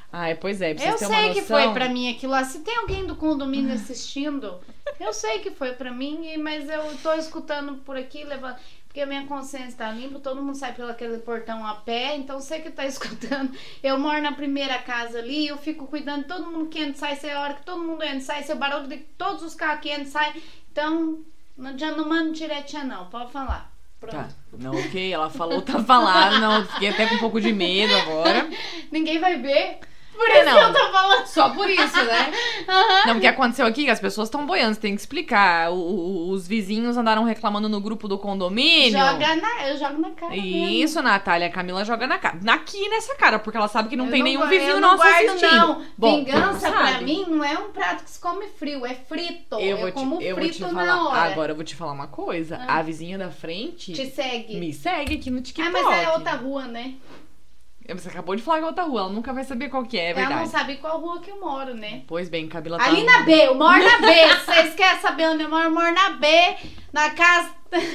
S1: Ai, pois é, pra
S2: Eu
S1: vocês terem
S2: sei
S1: uma
S2: que
S1: noção...
S2: foi pra mim aquilo lá. Se tem alguém do condomínio assistindo, eu sei que foi pra mim, mas eu tô escutando por aqui, levando... Porque a minha consciência tá limpa, todo mundo sai pelo aquele portão a pé, então você que tá escutando. Eu moro na primeira casa ali, eu fico cuidando de todo mundo que entra e sai, sei a hora que todo mundo entra e sai, seu barulho de todos os carros que entram e saem. Então, não, já não mando direitinho não, pode falar. Pronto.
S1: Tá, não, ok, ela falou, tá falado, não, fiquei até com um pouco de medo agora.
S2: Ninguém vai ver. Por
S1: É,
S2: isso
S1: não.
S2: que eu tô falando.
S1: Só por isso, né?
S2: Aham.
S1: Não, o que aconteceu aqui, que as pessoas estão boiando, você tem que explicar. O- o- os vizinhos andaram reclamando no grupo do condomínio.
S2: Joga na, eu jogo na cara mesmo.
S1: Isso, Natália, a Camila joga na cara. Aqui nessa cara, porque ela sabe que não
S2: Eu
S1: tem nenhum
S2: guardo-
S1: vizinho
S2: eu não
S1: nosso
S2: guardo,
S1: assistindo.
S2: Não.
S1: Bom,
S2: Vingança
S1: não
S2: pra
S1: sabe.
S2: mim não é um prato que se come frio, é frito.
S1: Eu
S2: Eu,
S1: vou te,
S2: como
S1: eu vou te
S2: frito na
S1: falar.
S2: hora.
S1: Agora eu vou te falar uma coisa.
S2: Ah.
S1: A vizinha da frente
S2: Te segue.
S1: me segue aqui no TikTok.
S2: Ah, mas é outra rua, né?
S1: Você acabou de falar que é outra rua, ela nunca vai saber qual que é, é
S2: Ela
S1: verdade.
S2: não sabe qual rua que eu moro, né?
S1: Pois bem, Camila tá...
S2: Ali na B, eu moro na B. Se vocês querem saber onde eu moro, eu moro na B, na casa...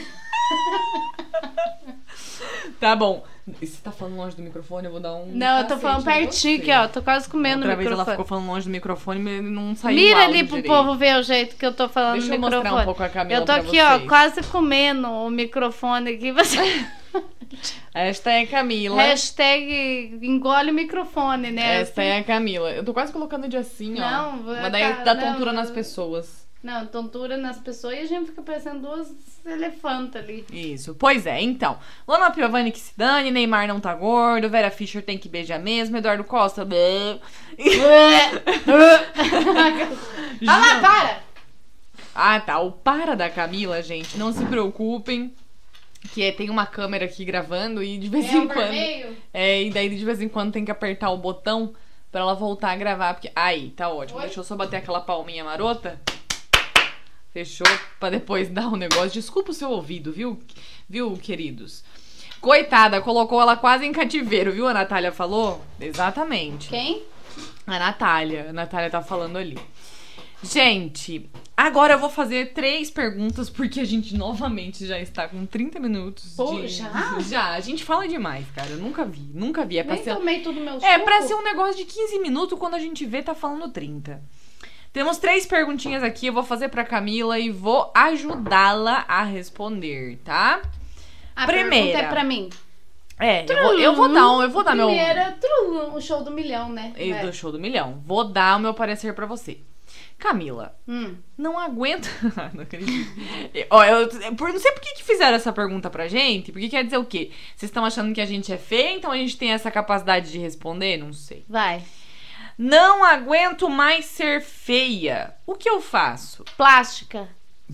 S1: Tá bom. E você tá falando longe do microfone? Eu vou dar um
S2: Não, eu tô
S1: cacete
S2: falando
S1: em
S2: pertinho
S1: você.
S2: aqui, ó. Tô quase comendo
S1: Outra
S2: no
S1: vez ela
S2: microfone.
S1: ficou falando longe do microfone, mas não saiu
S2: Mira
S1: o áudio
S2: ali pro
S1: direito.
S2: povo ver o jeito que eu tô falando
S1: Deixa
S2: no
S1: eu mostrar
S2: microfone.
S1: um pouco a Camila
S2: Eu tô
S1: pra
S2: aqui, ó,
S1: vocês.
S2: quase comendo o microfone aqui. Você...
S1: Esta é a Camila.
S2: Hashtag engole o microfone, né?
S1: Esta é a Camila. Eu tô quase colocando de assim, ó.
S2: Não,
S1: Mas daí
S2: tá-
S1: dá
S2: não,
S1: tontura
S2: não.
S1: nas pessoas.
S2: Não, tontura nas pessoas e a gente fica parecendo duas elefantes ali.
S1: Isso. Pois é, então. Lana Piovani que se dane, Neymar não tá gordo, Vera Fischer tem que beijar mesmo, Eduardo Costa... blé.
S2: Fala, para!
S1: Ah, tá. O para da Camila, gente, não se preocupem. Que é, tem uma câmera aqui gravando e de vez
S2: É
S1: em
S2: o
S1: quando...
S2: vermelho?
S1: É, e daí de vez em quando tem que apertar o botão pra ela voltar a gravar. Porque... Aí, tá ótimo.
S2: Oi?
S1: Deixa eu só bater aquela palminha marota. Fechou? Pra depois dar um negócio. Desculpa o seu ouvido, viu? Viu, queridos? Coitada, colocou ela quase em cativeiro, viu? A Natália falou? Exatamente.
S2: Quem?
S1: A Natália. A Natália tá falando ali. Gente, agora eu vou fazer três perguntas, porque a gente novamente já está com trinta minutos.
S2: Pô,
S1: de...
S2: já?
S1: Já, a gente fala demais, cara. Eu nunca vi, nunca vi. É pra
S2: Nem
S1: ser...
S2: tomei tudo meu suco.
S1: É pra ser um negócio de quinze minutos, quando a gente vê, tá falando trinta. Temos três perguntinhas aqui, eu vou fazer pra Camila e vou ajudá-la a responder, tá?
S2: A
S1: Primeira.
S2: pergunta é pra mim.
S1: É, eu vou, eu vou dar um, eu vou dar meu...
S2: Primeira, trum, o show do milhão, né?
S1: E
S2: Vai.
S1: do show do milhão. Vou dar o meu parecer pra você. Camila,
S2: Hum.
S1: não aguento... não acredito. Ó, eu, por, não sei por que, que fizeram essa pergunta pra gente, porque quer dizer o quê? Vocês estão achando que a gente é feia, então a gente tem essa capacidade de responder? Não sei.
S2: Vai.
S1: Não aguento mais ser feia. O que eu faço?
S2: Plástica.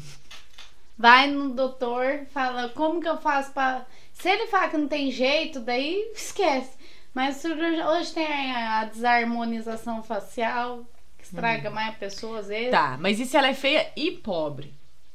S2: Vai no doutor, fala como que eu faço pra... Se ele falar que não tem jeito, daí esquece. Mas cirurgia- hoje tem a desarmonização facial, que estraga mais a pessoa às vezes.
S1: Tá, mas e se ela é feia e pobre?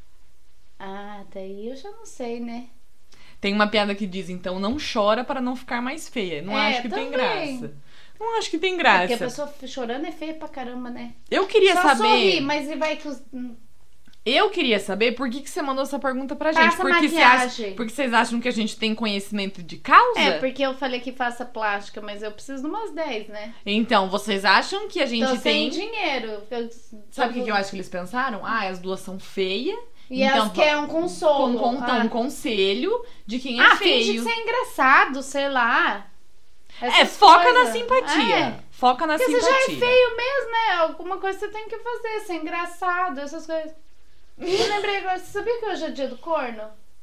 S2: Ah, daí eu já não sei, né?
S1: Tem uma piada que diz, então, não chora para não ficar mais feia. Não
S2: É,
S1: acho que tem
S2: também.
S1: graça. Não acho que tem
S2: Porque a
S1: graça.
S2: pessoa chorando é feia pra caramba, né?
S1: Eu queria
S2: Só
S1: saber...
S2: sorri, mas e vai que os...
S1: Eu queria saber por que, que você mandou essa pergunta pra gente.
S2: Passa
S1: Porque, você
S2: maquiagem.
S1: acha, porque vocês acham que a gente tem conhecimento de causa?
S2: É, porque eu falei que faça plástica, mas eu preciso de umas dez, né?
S1: Então, vocês acham que a gente
S2: Tô
S1: tem...
S2: sem dinheiro. Eu-
S1: Sabe o que, que eu acho que eles pensaram? Ah, as duas são feias.
S2: E
S1: então,
S2: elas querem um consolo.
S1: Com, com,
S2: ah.
S1: um conselho de quem é
S2: Ah, finge
S1: feio.
S2: que você é engraçado, sei lá.
S1: É,
S2: Essas
S1: foca na
S2: coisas.
S1: simpatia.
S2: É.
S1: Foca na
S2: Porque
S1: simpatia.
S2: você já é feio mesmo, né? Alguma coisa você tem que fazer, ser engraçado, essas coisas. Eu lembrei agora, você sabia que hoje é dia do corno?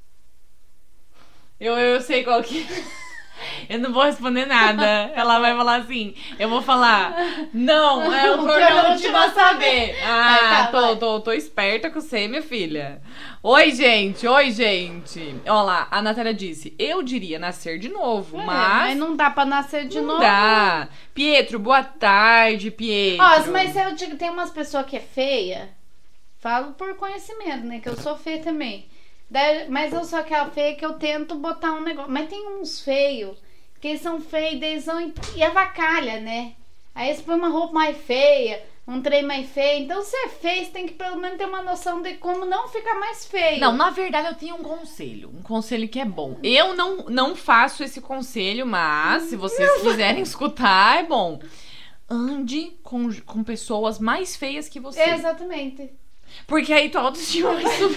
S1: Eu, eu sei qual que... Eu não vou responder nada. Ela vai falar assim. Eu vou falar, não, é o
S2: O
S1: corno
S2: corno
S1: último a saber. Ah,
S2: Vai, tá,
S1: tô,
S2: vai.
S1: tô, tô esperta com você, minha filha. Oi, gente, oi, gente. Olha lá, a Natália disse, eu diria nascer de novo,
S2: É,
S1: mas...
S2: mas não dá pra nascer de
S1: não
S2: novo.
S1: dá. Pietro, boa tarde, Pietro.
S2: Ó, mas eu digo, tem umas pessoas que é feia. Falo por conhecimento, né? Que eu sou feia também. Daí- mas eu sou aquela feia que eu tento botar um negócio. Mas tem uns feios que eles são feios, daí eles são e- e avacalha, né? Aí eles põem uma roupa mais feia, um trem mais feio. Então, se é feio, você tem que pelo menos ter uma noção de como não ficar mais feio.
S1: Não, na verdade eu tenho um conselho. Um conselho que é bom. Eu não, não faço esse conselho, mas se vocês quiserem escutar, é bom. ande com, com pessoas mais feias que você.
S2: Exatamente.
S1: Porque aí tua autoestima vai subir.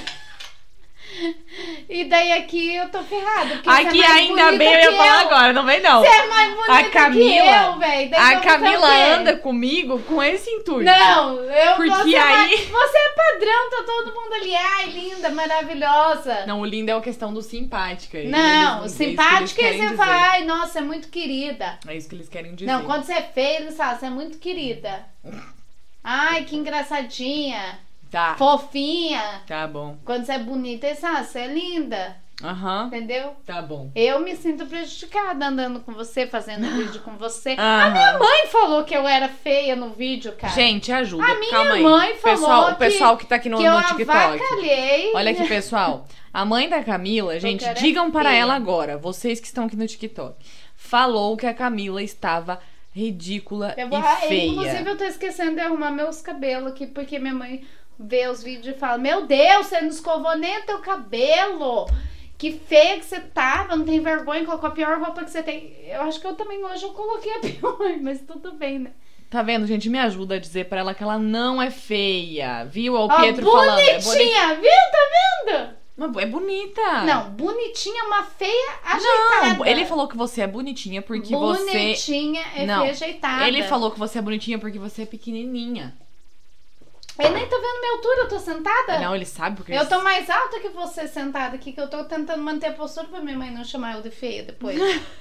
S2: E daí aqui eu tô ferrada. Porque
S1: Aqui
S2: você é mais
S1: ainda
S2: bonita
S1: bem, eu ia
S2: que
S1: falar agora, não vem não.
S2: Você é mais bonita
S1: A Camila,
S2: que eu, velho. Daí
S1: a
S2: eu vou
S1: Camila
S2: fazer o quê?
S1: anda comigo com esse intuito.
S2: Não, eu
S1: Porque
S2: você
S1: aí-
S2: é mais- você é padrão, tá todo mundo ali. Ai, linda, maravilhosa.
S1: Não, o lindo é a questão do simpática. E
S2: Não,
S1: eles-
S2: simpática
S1: é
S2: e
S1: isso que eles
S2: você
S1: querem
S2: fala,
S1: dizer.
S2: ai, nossa, é muito querida.
S1: É isso que eles querem dizer.
S2: Não, quando você é feia, eles falam, você é muito querida. Ai, que engraçadinha,
S1: Tá,
S2: fofinha.
S1: tá bom.
S2: Quando você é bonita, eles falam, você é linda.
S1: Aham,
S2: Entendeu?
S1: tá bom.
S2: Eu me sinto prejudicada andando com você, fazendo vídeo com você.
S1: Aham.
S2: A minha mãe falou que eu era feia no vídeo, cara.
S1: Gente, ajuda.
S2: A minha
S1: Calma aí.
S2: mãe falou
S1: pessoal,
S2: que-
S1: o pessoal que tá aqui no,
S2: que eu
S1: no TikTok.
S2: avacalhei.
S1: Olha aqui, pessoal. A mãe da Camila, gente,
S2: cara é
S1: digam para
S2: feia.
S1: ela agora, vocês que estão aqui no TikTok. Falou que a Camila estava ridícula
S2: Eu vou,
S1: e
S2: ah,
S1: feia.
S2: Inclusive, eu tô esquecendo de arrumar meus cabelos aqui, porque minha mãe vê os vídeos e fala: Meu Deus, você não escovou nem o teu cabelo. Que feia que você tava, não tem vergonha, colocou a pior roupa que você tem. Eu acho que eu também hoje eu coloquei a pior, mas tudo bem, né?
S1: Tá vendo, gente? Me ajuda a dizer pra ela que ela não é feia. Viu? O
S2: Ó,
S1: Pietro falando. É, boni-
S2: bonitinha, viu? Tá vendo?
S1: Mas é bonita.
S2: Não, bonitinha, uma feia ajeitada.
S1: Não, ele falou que você é bonitinha porque você...
S2: Bonitinha é
S1: Não,
S2: feia ajeitada.
S1: Ele falou que você é bonitinha porque você é pequenininha.
S2: Ele nem tá vendo minha altura, eu tô sentada?
S1: Não, ele sabe porque...
S2: Eu tô mais alta que você sentada aqui, que eu tô tentando manter a postura pra minha mãe não chamar eu de feia depois.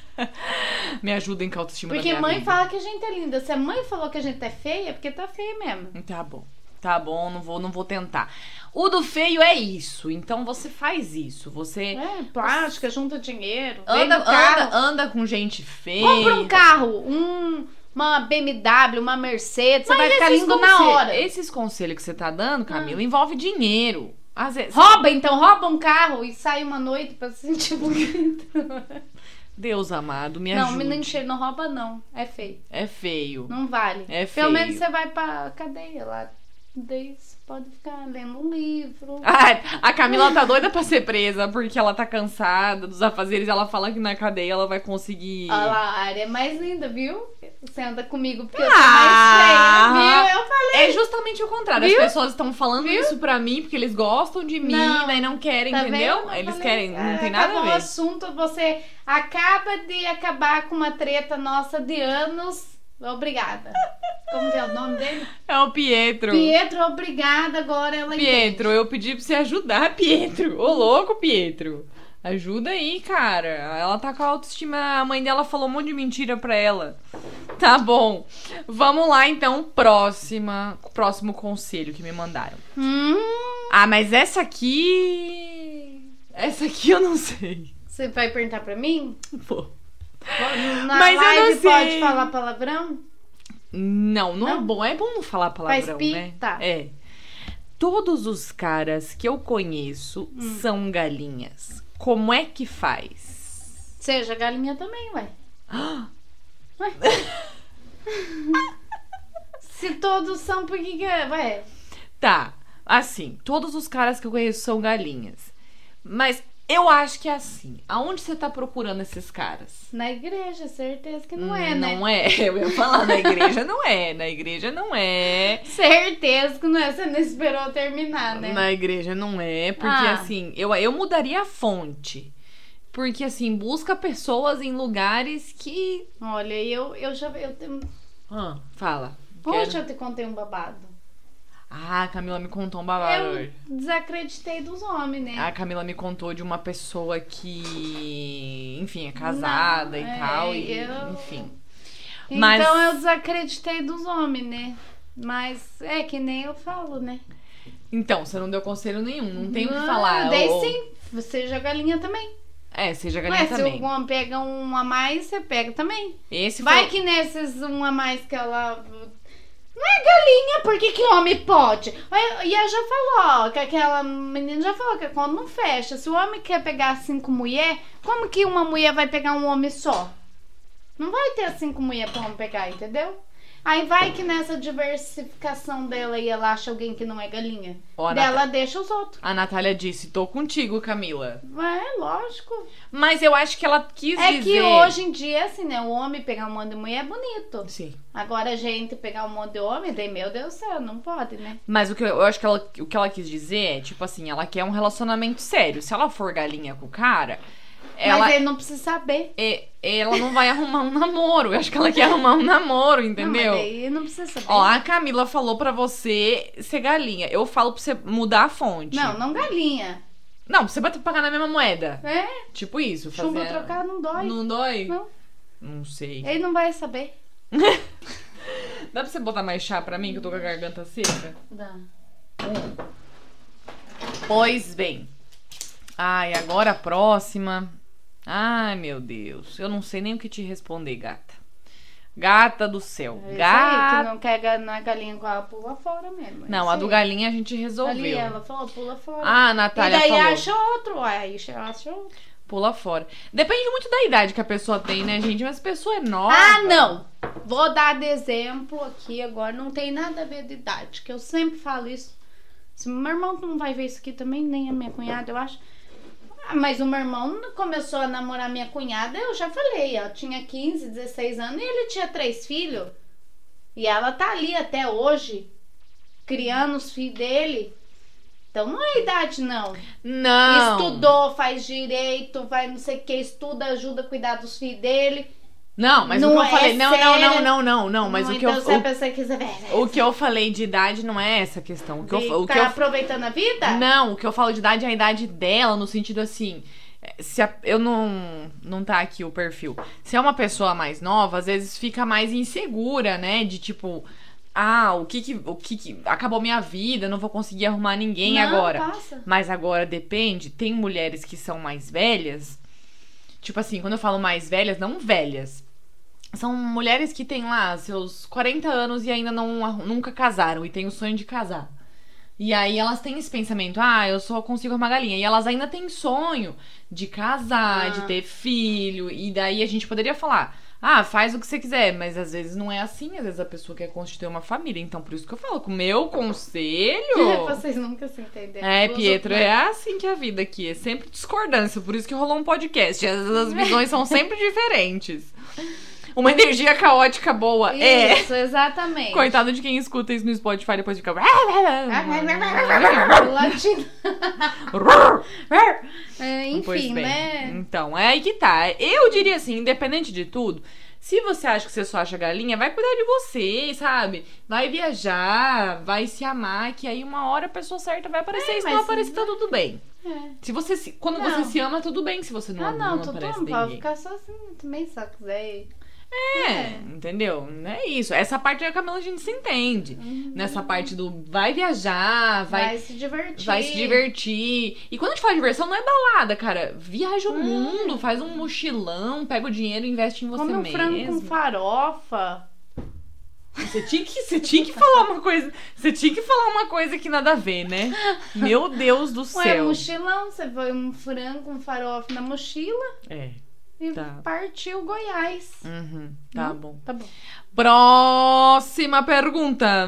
S1: Me ajuda em que a autoestima
S2: Porque
S1: da minha
S2: mãe
S1: amiga.
S2: fala que a gente é linda. Se a mãe falou que a gente é feia, é porque tá feia mesmo.
S1: Tá bom. Tá bom, não vou, não vou tentar. O do feio é isso. Então você faz isso. Você
S2: É, plástica, junta dinheiro.
S1: anda,
S2: vende o carro.
S1: anda, anda com gente feia.
S2: Compra um carro, um, uma B M W, uma Mercedes, você
S1: Mas
S2: vai ficar
S1: esses
S2: lindo na
S1: conselhos-
S2: hora.
S1: Esses conselhos que você tá dando, Camila, envolve dinheiro. Às vezes.
S2: Rouba, então, rouba um carro e sai uma noite pra se sentir bonito.
S1: Deus amado, me
S2: Não,
S1: ajude.
S2: menino cheio, não rouba não. É feio.
S1: É feio.
S2: Não vale.
S1: É
S2: Pelo
S1: feio.
S2: menos você vai pra cadeia lá. Daí você pode ficar lendo um livro.
S1: Ai, a Camila tá doida pra ser presa porque ela tá cansada dos afazeres. Ela fala que na cadeia ela vai conseguir.
S2: Olha lá, a área é mais linda, viu? Você anda comigo porque eu
S1: Ah!
S2: sou mais feia, viu? Eu falei.
S1: É justamente o contrário.
S2: Viu?
S1: As pessoas estão falando
S2: Viu?
S1: isso pra mim porque eles gostam de mim,
S2: Não.
S1: daí não querem,
S2: Tá
S1: entendeu?
S2: vendo? Eu
S1: Eles
S2: falei,
S1: querem, não
S2: é,
S1: tem nada a
S2: acabou o
S1: ver.
S2: assunto, você acaba de acabar com uma treta nossa de anos. Obrigada. Como que é o nome dele?
S1: É o Pietro.
S2: Pietro, obrigada. Agora ela
S1: Pietro, eu pedi pra você ajudar, Pietro. Ô, louco, Pietro. Ajuda aí, cara. Ela tá com a autoestima. A mãe dela falou um monte de mentira pra ela. Tá bom. Vamos lá, então. Próxima. Próximo conselho que me mandaram.
S2: Hum,
S1: Ah, mas essa aqui. Essa aqui eu não sei.
S2: você vai perguntar pra mim?
S1: Vou.
S2: Na
S1: Mas eu não
S2: live
S1: sei.
S2: pode falar palavrão?
S1: Não, não, é
S2: Não?
S1: bom. É bom não falar palavrão,
S2: Faz pi?
S1: né?
S2: Tá.
S1: É. Todos os caras que eu conheço
S2: Hum.
S1: são galinhas. Como é que faz?
S2: Seja galinha também, ué. Ué. Se todos são, por que que é? Ué,
S1: Tá, assim, todos os caras que eu conheço são galinhas. Mas eu acho que é assim. Aonde você tá procurando esses caras?
S2: na igreja, certeza que não é, né?
S1: Não é. Eu ia falar, na igreja não é. Na igreja não é.
S2: Certeza que não é, você não esperou terminar, né?
S1: Na igreja não é. Porque
S2: Ah.
S1: assim, eu, eu mudaria a fonte. Porque assim, busca pessoas em lugares que.
S2: Olha, eu, eu já. Eu tenho...
S1: Ah, fala.
S2: Poxa,
S1: Quero-
S2: eu te contei um babado.
S1: Ah, a Camila me contou um babado
S2: Eu
S1: hoje.
S2: desacreditei dos homens, né?
S1: A Camila me contou de uma pessoa que, enfim, é casada
S2: Não,
S1: e
S2: é,
S1: tal, e,
S2: eu-
S1: enfim.
S2: Então
S1: Mas-
S2: eu desacreditei dos homens, né? Mas é que nem eu falo, né?
S1: Então, você não deu conselho nenhum, não tem o que
S2: Não,
S1: falar.
S2: Dei
S1: Ou-
S2: sim. Você joga galinha também.
S1: É, seja galinha
S2: Ué, se
S1: também.
S2: o homem pega um a mais, você pega também.
S1: Esse
S2: Vai
S1: foi...
S2: que nesses um a mais que ela... Não é galinha, por que que homem pode? E ela já falou, ó, que aquela menina já falou que quando não fecha, se o homem quer pegar cinco mulheres, como que uma mulher vai pegar um homem só? Não vai ter cinco mulheres pra homem pegar, entendeu? Aí vai que nessa diversificação dela aí ela acha alguém que não é galinha.
S1: Ó, a
S2: Dela
S1: Nat-
S2: deixa os outros.
S1: A Natália disse, tô contigo, Camila.
S2: É, lógico.
S1: Mas eu acho que ela quis
S2: É
S1: dizer...
S2: que hoje em dia, assim, né? O homem pegar um monte de mulher é bonito.
S1: Sim.
S2: Agora a gente pegar um monte de homem, daí, meu Deus do céu, não pode, né?
S1: Mas o que eu, eu acho que ela, o que ela quis dizer é, tipo assim, ela quer um relacionamento sério. Se ela for galinha com o cara, ela,
S2: Mas ele não precisa saber.
S1: é- ela não vai arrumar um namoro. Eu acho que ela quer arrumar um namoro,
S2: Não,
S1: entendeu?
S2: mas daí não precisa saber.
S1: Ó, a Camila falou pra você ser galinha. Eu falo pra você mudar a fonte.
S2: Não, não galinha.
S1: Não, pra você vai pagar na mesma moeda.
S2: É,
S1: Tipo isso.
S2: chumbo
S1: fazer-
S2: trocar não dói.
S1: Não dói?
S2: Não.
S1: Não sei.
S2: Ele não vai saber.
S1: Dá pra você botar mais chá pra mim, que eu tô com a garganta seca?
S2: Dá.
S1: Pois bem. Ai, agora a próxima. Ai, meu Deus. Eu não sei nem o que te responder, gata. Gata do céu.
S2: É isso aí,
S1: Gata.
S2: que não quer ga- na galinha com ela, pula fora mesmo. é
S1: Não,
S2: isso
S1: a do
S2: aí.
S1: galinha a gente resolveu.
S2: Ali ela falou, pula fora.
S1: Ah, a
S2: e
S1: Natália
S2: daí
S1: falou.
S2: acha outro, ué, aí acha outro.
S1: Pula fora. Depende muito da idade que a pessoa tem, né, gente? Mas a pessoa é nova.
S2: Ah, não! Vou dar de exemplo aqui agora, não tem nada a ver de idade, que eu sempre falo isso. Se meu irmão não vai ver isso aqui também, nem a minha cunhada, eu acho. Ah, mas o meu irmão começou a namorar minha cunhada, eu já falei, ela tinha quinze, dezesseis anos e ele tinha três filhos. E ela tá ali até hoje, criando os filhos dele. Então não é idade, não.
S1: Não.
S2: Estudou, faz direito, vai não sei o que, estuda, ajuda a cuidar dos filhos dele.
S1: Não, mas
S2: Não
S1: o que eu
S2: é
S1: falei. Não, não, não,
S2: sério.
S1: não, não, não. Mas
S2: Não,
S1: o que
S2: então
S1: eu.
S2: se a
S1: O,
S2: pessoa quiser ver,
S1: o que eu falei de idade não é essa questão. O que eu,
S2: de
S1: o que
S2: tá
S1: eu
S2: aproveitando a vida?
S1: Não, o que eu falo de idade é a idade dela, no sentido assim. Se a- eu não. Não tá aqui o perfil. Se é uma pessoa mais nova, às vezes fica mais insegura, né? De tipo. Ah, o que que. O que, que acabou minha vida, não vou conseguir arrumar ninguém
S2: Não,
S1: agora.
S2: passa.
S1: Mas agora depende. Tem mulheres que são mais velhas. Tipo assim, quando eu falo mais velhas, não velhas. São mulheres que têm lá seus quarenta anos e ainda não, nunca casaram e têm o sonho de casar. E aí elas têm esse pensamento, ah, eu só consigo arrumar galinha. E elas ainda têm sonho de casar,
S2: Ah.
S1: de ter filho. E daí a gente poderia falar, ah, faz o que você quiser. Mas às vezes não é assim, às vezes a pessoa quer constituir uma família. Então por isso que eu falo, com o meu conselho...
S2: Vocês nunca se entenderam.
S1: É,
S2: Os
S1: Pietro,
S2: outros-
S1: é assim que é a vida aqui. É sempre discordância. Por isso que rolou um podcast. As, as visões são sempre diferentes. Uma energia caótica boa. É.
S2: Isso, exatamente.
S1: Coitado de quem escuta isso no Spotify depois fica.
S2: Latino. É,
S1: Pois
S2: enfim,
S1: bem.
S2: né?
S1: Então, é aí que tá. Eu diria assim, independente de tudo, se você acha que você só acha galinha, vai cuidar de você, sabe? Vai viajar, vai se amar, que aí uma hora a pessoa certa vai aparecer.
S2: É,
S1: e se não
S2: mas-
S1: aparecer, tá tudo bem.
S2: É.
S1: Se você se, quando
S2: Não.
S1: você se ama, tudo bem se você não,
S2: Ah, não,
S1: não
S2: tudo
S1: aparece
S2: não pode
S1: ninguém.
S2: ficar sozinho também, se ela quiser.
S1: É, entendeu? É isso. Essa parte da Camila a gente se entende. Nessa parte do vai viajar, vai,
S2: Vai se divertir.
S1: vai se divertir. E quando a gente fala de diversão, não é balada, cara. Viaja o mundo, faz um mochilão, pega o dinheiro e investe em você
S2: Come um
S1: mesmo.
S2: frango com farofa.
S1: Você tinha, que, você tinha que falar uma coisa. Você tinha que falar uma coisa que nada a ver, né? Meu Deus do
S2: Ué,
S1: céu.
S2: mochilão, você põe um frango com farofa na mochila
S1: É.
S2: e
S1: Tá.
S2: partiu Goiás.
S1: Uhum, tá
S2: Hum?
S1: bom.
S2: Tá bom.
S1: Próxima pergunta.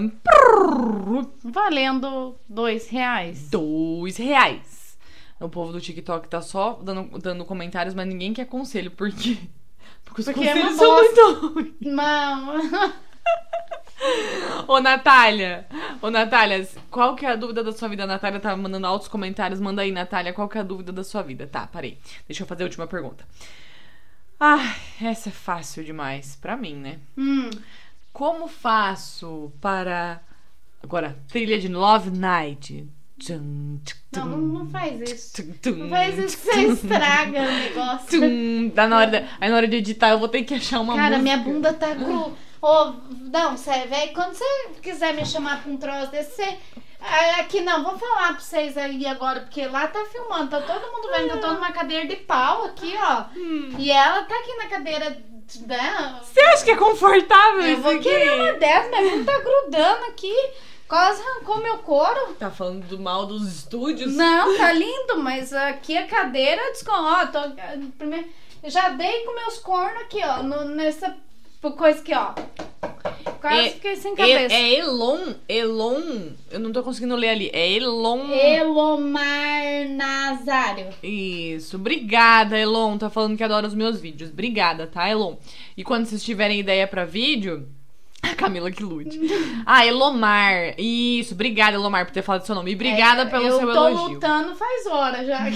S2: Valendo dois reais.
S1: Dois reais. O povo do TikTok tá só dando, dando comentários, mas ninguém quer conselho. Por quê? Porque os
S2: Porque é
S1: conselhos
S2: uma
S1: são
S2: bosta.
S1: muito ruins.
S2: Não.
S1: Ô, Natália. Ô, Natália, qual que é a dúvida da sua vida? A Natália tá mandando altos comentários. Manda aí, Natália, qual que é a dúvida da sua vida? Tá, parei. Deixa eu fazer a última pergunta. Ai, essa é fácil demais. Pra mim, né?
S2: Hum.
S1: Como faço para... Agora, trilha de Love Night. Tchum, tchum,
S2: Não, não, não faz isso.
S1: tchum, tchum,
S2: Não faz isso que você estraga o negócio.
S1: Tum, tá na hora da, aí na hora de editar eu vou ter que achar uma
S2: Cara,
S1: música.
S2: minha bunda tá cru. Ô, não, sério, velho, quando você quiser me chamar pra um troço desse, você... Ah, aqui não, vou falar pra vocês aí agora, porque lá tá filmando, tá todo mundo vendo que eu tô numa cadeira de pau aqui, ó. E ela tá aqui na cadeira, né?
S1: Você acha que é confortável
S2: Eu
S1: isso
S2: vou
S1: aqui?
S2: querer uma dessas, minha bunda tá grudando aqui. Quase arrancou meu couro.
S1: Tá falando do mal dos estúdios?
S2: Não, tá lindo, mas aqui a cadeira, descon... ó, tô... primeiro... já dei com meus cornos aqui, ó, no, nessa coisa aqui, ó. quase
S1: É-
S2: fiquei sem
S1: É,
S2: cabeça.
S1: é Elon, Elon, eu não tô conseguindo ler ali. É Elon.
S2: Elomar Nazário.
S1: Isso, obrigada, Elon. Tá falando que adora os meus vídeos. Obrigada, tá, Elon? E quando vocês tiverem ideia pra vídeo. A Camila que lute. Ah, Elomar. Isso, obrigada, Elomar, por ter falado seu nome. E obrigada
S2: É,
S1: pelo
S2: eu
S1: seu
S2: tô
S1: elogio.
S2: lutando faz horas já.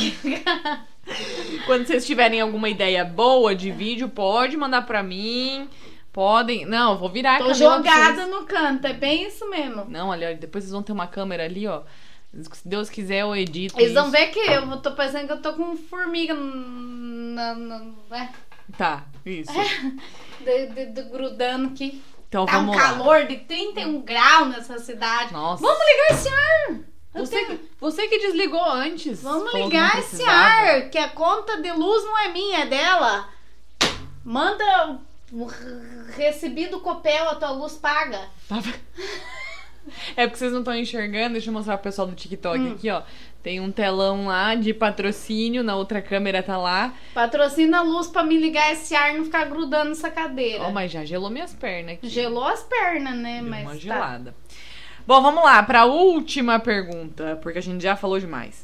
S1: Quando vocês tiverem alguma ideia boa de vídeo, pode mandar pra mim. Podem. Não, eu vou virar a
S2: Tô
S1: Camila pra
S2: jogada
S1: vocês.
S2: no canto, é bem isso mesmo.
S1: Não, olha, depois vocês vão ter uma câmera ali, ó. Se Deus quiser, eu edito.
S2: Eles vão
S1: isso.
S2: ver que eu tô pensando que eu tô com formiga na, na, é,
S1: Tá, isso.
S2: de, de, de grudando aqui.
S1: Então
S2: Tá um
S1: vamos lá.
S2: calor de trinta e um graus nessa cidade.
S1: Nossa.
S2: Vamos ligar esse ar. Eu
S1: Você,
S2: tenho-
S1: que, você que desligou antes.
S2: Vamos
S1: falou que
S2: ligar
S1: não
S2: esse
S1: precisava.
S2: ar, que a conta de luz não é minha, é dela. Manda o recebido Copel, a tua luz paga.
S1: Tava- É porque vocês não estão enxergando. Deixa eu mostrar pro pessoal do TikTok
S2: Hum.
S1: aqui, ó. Tem um telão lá de patrocínio, na outra câmera tá lá.
S2: Patrocina a luz pra me ligar esse ar e não ficar grudando nessa cadeira.
S1: Ó, mas já gelou minhas pernas aqui.
S2: Gelou as pernas, né?
S1: Deu
S2: Mas
S1: uma
S2: tá.
S1: gelada. Bom, vamos lá pra última pergunta, porque a gente já falou demais.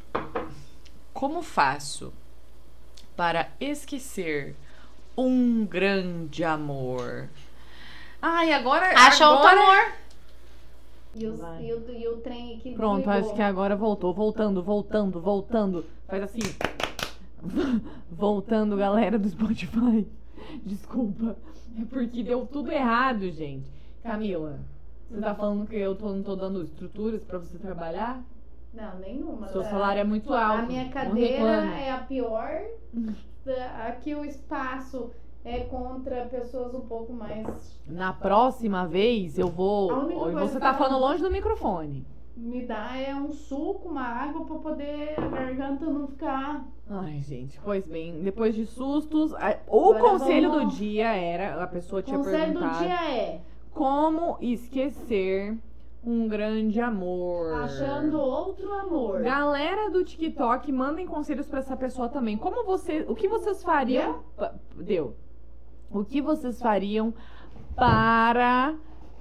S1: Como faço para esquecer um grande amor? Ai, agora...
S2: Acha outro
S1: agora...
S2: amor. E, os-
S1: Vai.
S2: e o, e o trem aqui
S1: Pronto,
S2: desligou.
S1: acho que agora voltou. Voltando, voltando, voltando. Faz assim. Voltando, galera do Spotify. Desculpa. É porque deu tudo errado, gente. Camila, você tá falando que eu tô, não tô dando estruturas pra você trabalhar?
S2: Não, nenhuma.
S1: Seu
S2: tá?
S1: salário é muito alto.
S2: A minha
S1: não
S2: cadeira
S1: reclame.
S2: é a pior. Aqui o espaço é contra pessoas um pouco mais...
S1: Na próxima vez eu vou.
S2: A única
S1: Ó,
S2: coisa
S1: Você
S2: que
S1: tá
S2: eu-
S1: falando longe do microfone.
S2: Me dá é um suco, uma água pra poder a garganta não ficar...
S1: Ai, gente, pois bem, depois de sustos, a- o
S2: Agora
S1: conselho
S2: vamos-
S1: do dia era, a pessoa
S2: O
S1: tinha
S2: conselho do
S1: perguntado
S2: dia é
S1: como esquecer um grande amor.
S2: achando outro amor.
S1: Galera do TikTok, mandem conselhos pra essa pessoa também. Como você, o que vocês fariam? pa- Deu. O que vocês fariam para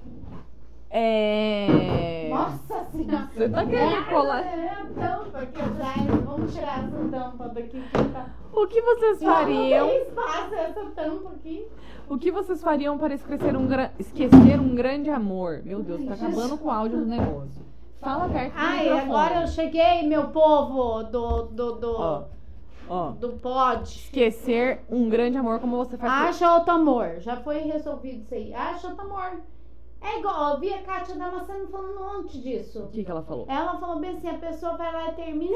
S1: é...
S2: Nossa senhora!
S1: Você tá querendo colar?
S2: É a tampa que eu trago. Vamos tirar essa tampa daqui que tá...
S1: O que vocês fariam?
S2: Não tem espaço essa tampa aqui.
S1: O que vocês fariam para esquecer um, gra- esquecer um grande amor? Meu Deus, tá acabando com o áudio do negócio. Fala perto do
S2: Ai,
S1: microfone.
S2: agora eu cheguei, meu povo do, do, do,
S1: Ó, ó.
S2: do pod.
S1: Esquecer um grande amor, como você faz?
S2: Acha outro amor. Já foi resolvido isso aí. Acha outro amor. É igual, eu vi a Kátia Damasceno falando ontem disso.
S1: O que, que ela falou?
S2: Ela falou bem assim, a pessoa vai lá e termina,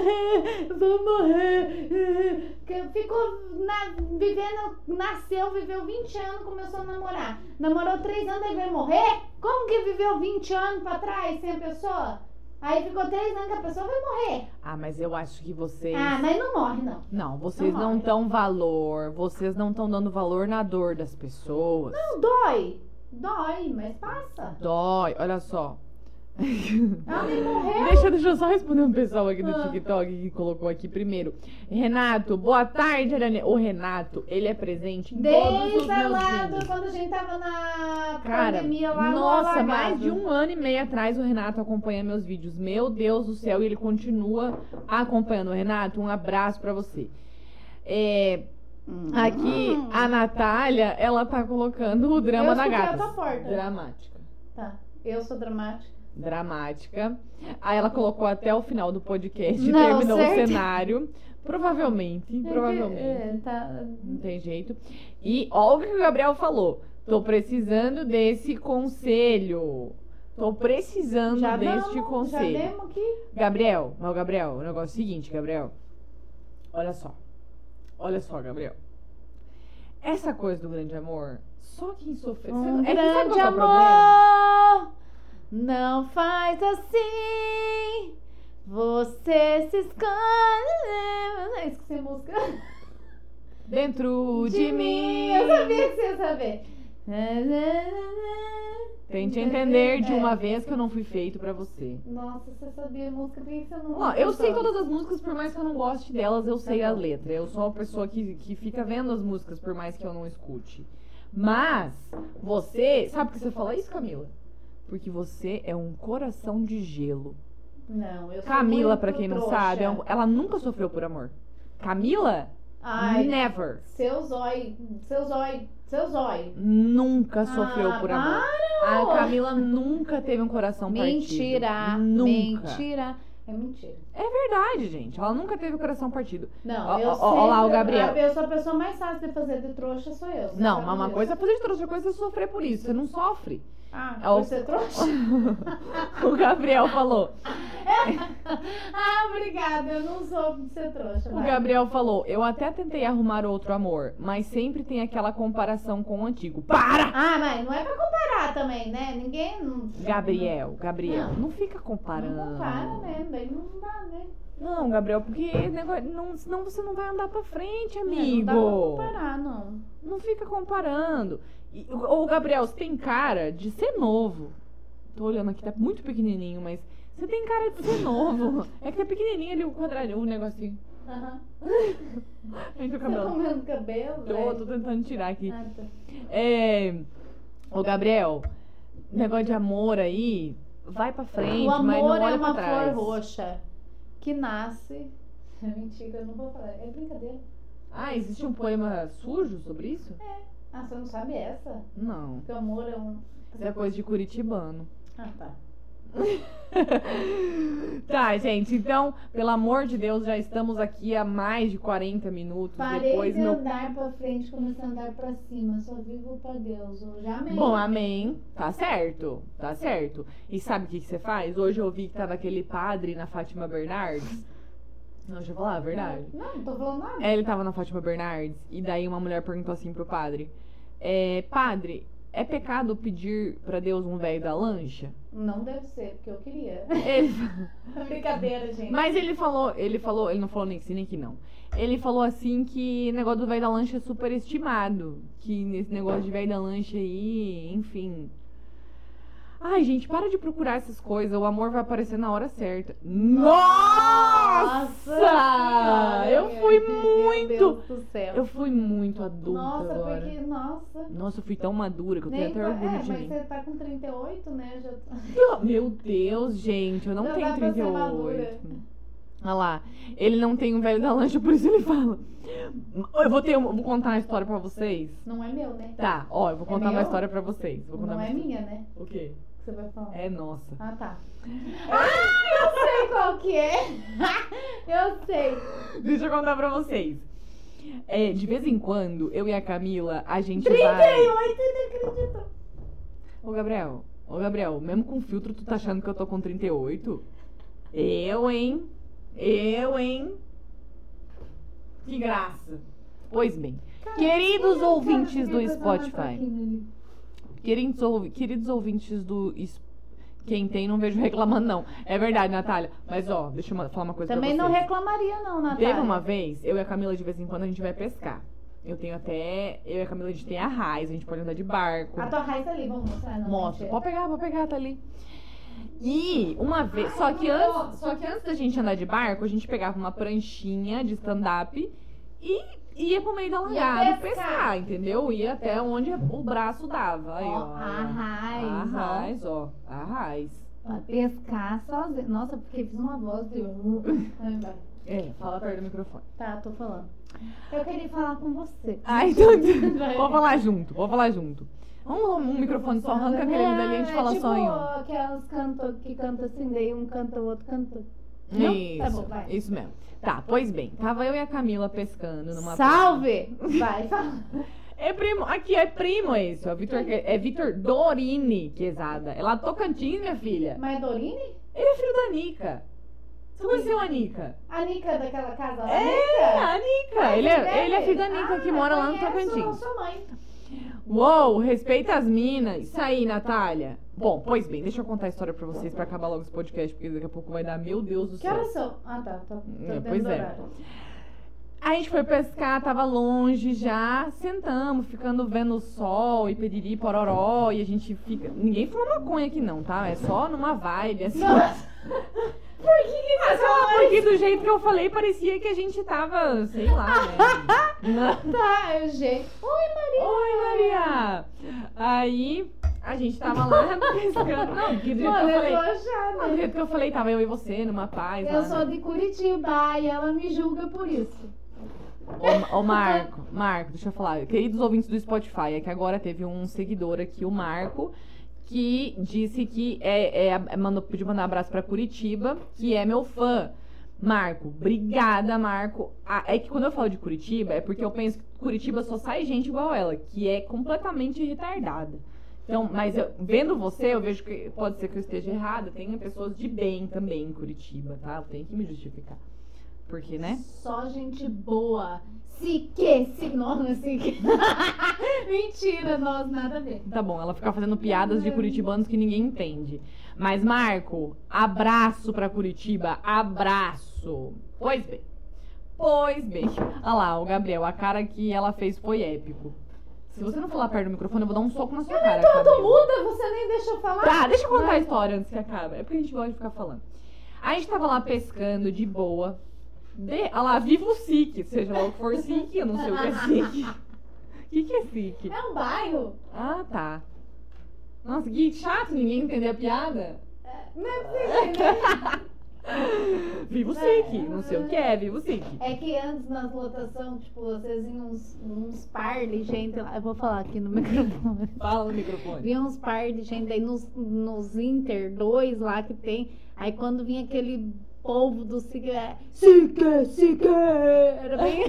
S2: vou morrer. Que ficou na- vivendo, nasceu, viveu vinte anos, começou a namorar. Namorou três anos e vai morrer? Como que viveu vinte anos pra trás sem a pessoa? Aí ficou três anos que a pessoa vai morrer.
S1: Ah, mas eu acho que vocês...
S2: Ah, mas não morre não.
S1: Não, vocês
S2: Não
S1: não
S2: morre.
S1: dão valor. Vocês não estão dando valor na dor das pessoas.
S2: Não dói. Dói, mas passa.
S1: Dói, olha só.
S2: Ela nem morreu.
S1: Deixa, deixa eu só responder um pessoal aqui do
S2: Ah.
S1: TikTok que colocou aqui primeiro. Renato, boa tarde, Arane. O Renato, ele é presente em todos os
S2: Desde
S1: meus
S2: lá do,
S1: vídeos.
S2: quando a gente tava na
S1: Cara,
S2: pandemia lá no
S1: nossa,
S2: Alagado.
S1: mais de um ano e meio atrás o Renato acompanha meus vídeos. Meu Deus do céu, e ele continua acompanhando. Renato, um abraço pra você. É,
S2: Hum.
S1: aqui, a Natália, ela tá colocando o drama
S2: Eu
S1: da
S2: escutei a
S1: gata.
S2: tua porta.
S1: Dramática.
S2: Tá, eu sou dramática.
S1: Dramática. Aí ela colocou até o final do podcast,
S2: Não,
S1: terminou
S2: certo.
S1: o cenário. Provavelmente, provavelmente.
S2: É, tá.
S1: Não tem jeito. E olha o que o Gabriel falou. Tô precisando desse conselho. Tô precisando
S2: Já
S1: deste
S2: damos,
S1: conselho.
S2: Já demos aqui.
S1: Gabriel, mas o Gabriel, o negócio é o seguinte, Gabriel. Olha só. Olha só, Gabriel. Essa coisa do grande amor, só quem sofreu.
S2: Um
S1: é que sabe
S2: grande
S1: qual que é o problema?
S2: amor não faz assim. Você se esconde. Esqueci a música.
S1: Dentro de, mim.
S2: Eu sabia que você ia saber.
S1: Tente entender de
S2: É.
S1: uma vez que eu não fui feito pra você.
S2: Nossa, você sabia a música, por que você não...
S1: Ó, eu sei todas as músicas, por mais que eu não goste delas, eu sei a letra. Eu sou uma pessoa que, que fica vendo as músicas, por mais que eu não escute. Mas você... Sabe por que você fala isso, Camila? Porque você é um coração de gelo.
S2: Não, eu sou
S1: Camila,
S2: muito
S1: pra quem não
S2: trouxa.
S1: sabe, é um- ela nunca sofreu por amor. Camila,
S2: Ai,
S1: never.
S2: seu zói, seu zói, seu zói.
S1: Nunca sofreu
S2: Ah,
S1: por amor.
S2: para!
S1: A Camila nunca teve um coração
S2: Mentira,
S1: partido. Nunca.
S2: mentira. É mentira.
S1: É verdade, gente. Ela nunca teve o coração partido.
S2: Não,
S1: Ó,
S2: eu
S1: ó, ó lá o
S2: sempre-
S1: Gabriel.
S2: a- Eu sou a pessoa mais fácil de fazer de trouxa, sou eu. você
S1: Não,
S2: sabe
S1: mas uma
S2: disso.
S1: coisa é fazer de trouxa, outra coisa é sofrer por isso. Você não sofre.
S2: Ah,
S1: É o-
S2: por ser trouxa?
S1: O Gabriel falou.
S2: Ah, obrigada, eu não sou de ser trouxa.
S1: O
S2: vai.
S1: Gabriel falou, eu até tentei arrumar outro amor, mas sempre tem aquela comparação com o antigo. Para!
S2: Ah, mas não é pra comparar também, né? Ninguém... Não...
S1: Gabriel, Gabriel,
S2: Não.
S1: não fica comparando.
S2: Não compara, né? Daí não dá, né?
S1: Não, Gabriel, porque negócio, não, senão você não vai andar pra frente,
S2: É,
S1: amigo.
S2: não dá pra comparar, não.
S1: Não fica comparando. E, ô, Gabriel, você tem cara de ser novo. Tô olhando aqui, tá muito pequenininho, mas você tem cara de ser novo. É que tá pequenininho ali o quadradinho, o negocinho.
S2: Aham.
S1: Entre o
S2: Você tá
S1: cabelo.
S2: comendo cabelo?
S1: Tô,
S2: velho?
S1: tô tentando tirar aqui.
S2: Ah, tá.
S1: É. Ô, Gabriel, negócio de amor aí, vai pra frente,
S2: O amor
S1: mas não olha
S2: é uma
S1: pra trás.
S2: flor roxa que nasce... É mentira, eu não vou falar. É brincadeira.
S1: Ah, existe um poema sujo sobre isso?
S2: Ah, você não sabe essa?
S1: Não.
S2: Que o amor é um...
S1: Isso é coisa de curitibano.
S2: Ah, tá.
S1: Tá, gente, então, pelo amor de Deus, já estamos aqui há mais de quarenta minutos.
S2: Parei
S1: Depois
S2: de
S1: meu.
S2: andar pra frente, comecei a andar pra cima. Só vivo pra Deus. Hoje, amém.
S1: Bom, amém. Tá certo, tá certo. E sabe o que, que você faz? Hoje eu vi que tava aquele padre na Fátima Bernardes. Não, deixa eu falar a verdade.
S2: Não, não tô falando nada.
S1: É, ele tava na Fátima Bernardes e daí uma mulher perguntou assim pro padre: é, Padre, é pecado pedir pra Deus um velho da lancha?
S2: Não deve ser, porque eu queria.
S1: Ele...
S2: Brincadeira, gente.
S1: Mas ele falou, ele falou, ele não falou nem que sim, nem que não. Ele falou assim que o negócio do velho da lancha é super estimado. Que nesse negócio de velho da lancha aí, enfim. Ai, gente, para de procurar essas coisas. O amor vai aparecer na hora certa. Nossa!
S2: Senhora,
S1: Eu
S2: meu
S1: fui
S2: Deus
S1: muito.
S2: do céu.
S1: Eu fui muito adulta
S2: Nossa,
S1: agora.
S2: porque, nossa.
S1: Nossa, eu fui tão madura que eu tenho
S2: Nem
S1: até
S2: pa-
S1: orgulho
S2: é,
S1: de
S2: mas
S1: mim.
S2: você tá com trinta e oito, né? Já...
S1: Meu Deus, gente, eu não
S2: Já
S1: tenho
S2: dá pra
S1: trinta e
S2: ser
S1: oito.
S2: madura.
S1: Olha lá, ele não tem um velho da lancha, por isso ele fala. Eu vou, ter, eu vou contar uma história pra vocês.
S2: Não é meu, né?
S1: Tá, ó, eu vou
S2: É
S1: contar uma
S2: meu?
S1: história pra vocês. Vou contar
S2: Não
S1: uma
S2: é
S1: história.
S2: minha, né?
S1: O quê?
S2: Que você vai falar.
S1: É nossa.
S2: Ah, tá. Ah, eu sei qual que é. Eu sei.
S1: Deixa eu contar pra vocês. É, de vez em quando, eu e a Camila, a gente
S2: trinta
S1: vai...
S2: e oito, não acredito.
S1: Ô, Gabriel, ô, Gabriel, mesmo com filtro, tu tá achando que eu tô com trinta e oito? Eu, hein? Eu, hein? Que graça. Pois bem, queridos ouvintes do Spotify, queridos, ouvi- queridos ouvintes do es- quem tem, não vejo reclamando, não. É verdade, Natália. Mas, ó, deixa eu ma- falar uma coisa
S2: Também
S1: pra
S2: não
S1: vocês.
S2: reclamaria, não, Natália.
S1: Teve uma vez, eu e a Camila, de vez em quando, a gente vai pescar. Eu tenho até... Eu e a Camila, a gente tem a raiz, a gente pode andar de barco.
S2: A tua raiz tá ali, vamos mostrar. Não,
S1: Mostra.
S2: mentira.
S1: Pode pegar, pode pegar, tá ali. E uma vez... Só que, antes, só que antes da gente andar de barco, a gente pegava uma pranchinha de stand-up e ia pro meio da langada
S2: pescar.
S1: pescar, entendeu? Ia até onde o braço dava. Aí, ó.
S2: Ó, a raiz,
S1: A
S2: ó.
S1: raiz, ó. A raiz.
S2: Pra pescar sozinho. Nossa, porque fiz uma voz de... Vai, vai.
S1: É, fala perto do microfone.
S2: Tá, tô falando. Eu queria falar com você.
S1: Ai, então...
S2: Vai.
S1: Vou falar junto, vou falar junto. Vamos um microfone só, arranca aquele ali dali e a gente
S2: É,
S1: fala
S2: tipo
S1: só em um.
S2: aquelas canto, que cantam assim, daí um canta, o outro canta. Não?
S1: Isso,
S2: Tá bom, vai.
S1: isso mesmo. Tá, pois bem, tava eu e a Camila pescando numa...
S2: Salve! Vai, fala.
S1: É primo, aqui é primo esse, ó, Vitor, é Vitor Dorini, quesada. É lá do Tocantins, minha filha.
S2: Mas Dorine?
S1: Ele é filho da Nica. Você conheceu a Nica?
S2: A Nica daquela casa lá?
S1: É, a Nica. Ele é,
S2: Deve?
S1: ele é filho da Nica, que
S2: Ah,
S1: mora lá no
S2: conheço
S1: Tocantins.
S2: sua mãe.
S1: Uou, respeita as minas. Isso aí, Natália. Bom, pois bem, deixa eu contar a história pra vocês pra acabar logo esse podcast, porque daqui a pouco vai dar, meu Deus do
S2: Que
S1: céu.
S2: horas são? Ah, tá. Tá, tá
S1: É,
S2: dentro
S1: pois
S2: do
S1: é.
S2: horário.
S1: A gente foi pescar, tava longe já, sentamos, ficando vendo o sol e pediri pororó, e a gente fica... Ninguém fuma maconha aqui não, tá? É só numa vibe, assim.
S2: Nossa! Por que que
S1: Ah, sei lá, porque do jeito que eu falei, parecia que a gente tava, sei lá, né? Não.
S2: tá, eu gente. Oi, Maria!
S4: Oi, Maria! Aí a gente tava lá pescando. Não, que do jeito
S2: Mano,
S4: que eu
S2: eu
S4: falei.
S2: tô achando.
S4: Não, do jeito que eu falei, tava eu e você numa paz.
S2: Eu
S4: lá,
S2: sou
S4: né?
S2: de Curitiba e ela me julga por isso.
S4: Ô, ô Marco, Marco, deixa eu falar. Queridos ouvintes do Spotify, é que agora teve um seguidor aqui, o Marco, que disse que é, é, mandou, pediu mandar um abraço pra Curitiba, que é meu fã. Marco, obrigada, Marco. Ah, é que quando eu falo de Curitiba, é porque eu penso que Curitiba só sai gente igual ela, que é completamente retardada. Então, mas eu, vendo você, eu vejo que pode ser que eu esteja errada. Tem pessoas de bem também em Curitiba, tá? Eu tenho que me justificar. Porque, né?
S2: Só gente boa. Se que, se não, não é se que. Mentira, nós nada a ver.
S4: Tá bom, ela fica fazendo piadas de curitibanos que ninguém entende. Mas, Marco, abraço pra Curitiba, abraço. Pois bem, pois bem. Olha lá, o Gabriel, a cara que ela fez foi épico. Se você não falar perto do microfone, eu vou dar um soco na sua cara.
S2: Todo
S4: Camila.
S2: muda, você nem deixa eu falar.
S4: Tá, deixa eu contar a história antes que acabe. É porque a gente gosta de ficar falando. A gente tava lá pescando de boa. De... Olha lá, viva o S I C, seja lá o que for S I C, eu não sei o que é S I C. O que, que é S I C?
S2: É um bairro.
S4: Ah, tá. Nossa, que chato ninguém entender a piada.
S2: Não é possível, né?
S4: Viva o S I C, não sei o que é, viva o S I C.
S2: É que antes nas lotações, tipo, vocês iam uns, uns par de gente lá. Eu vou falar aqui no microfone.
S4: Fala no microfone.
S2: Vinha uns par de gente aí nos, nos Inter dois lá que tem. Aí quando vinha aquele povo do Sique, Sique, Sique, era bem.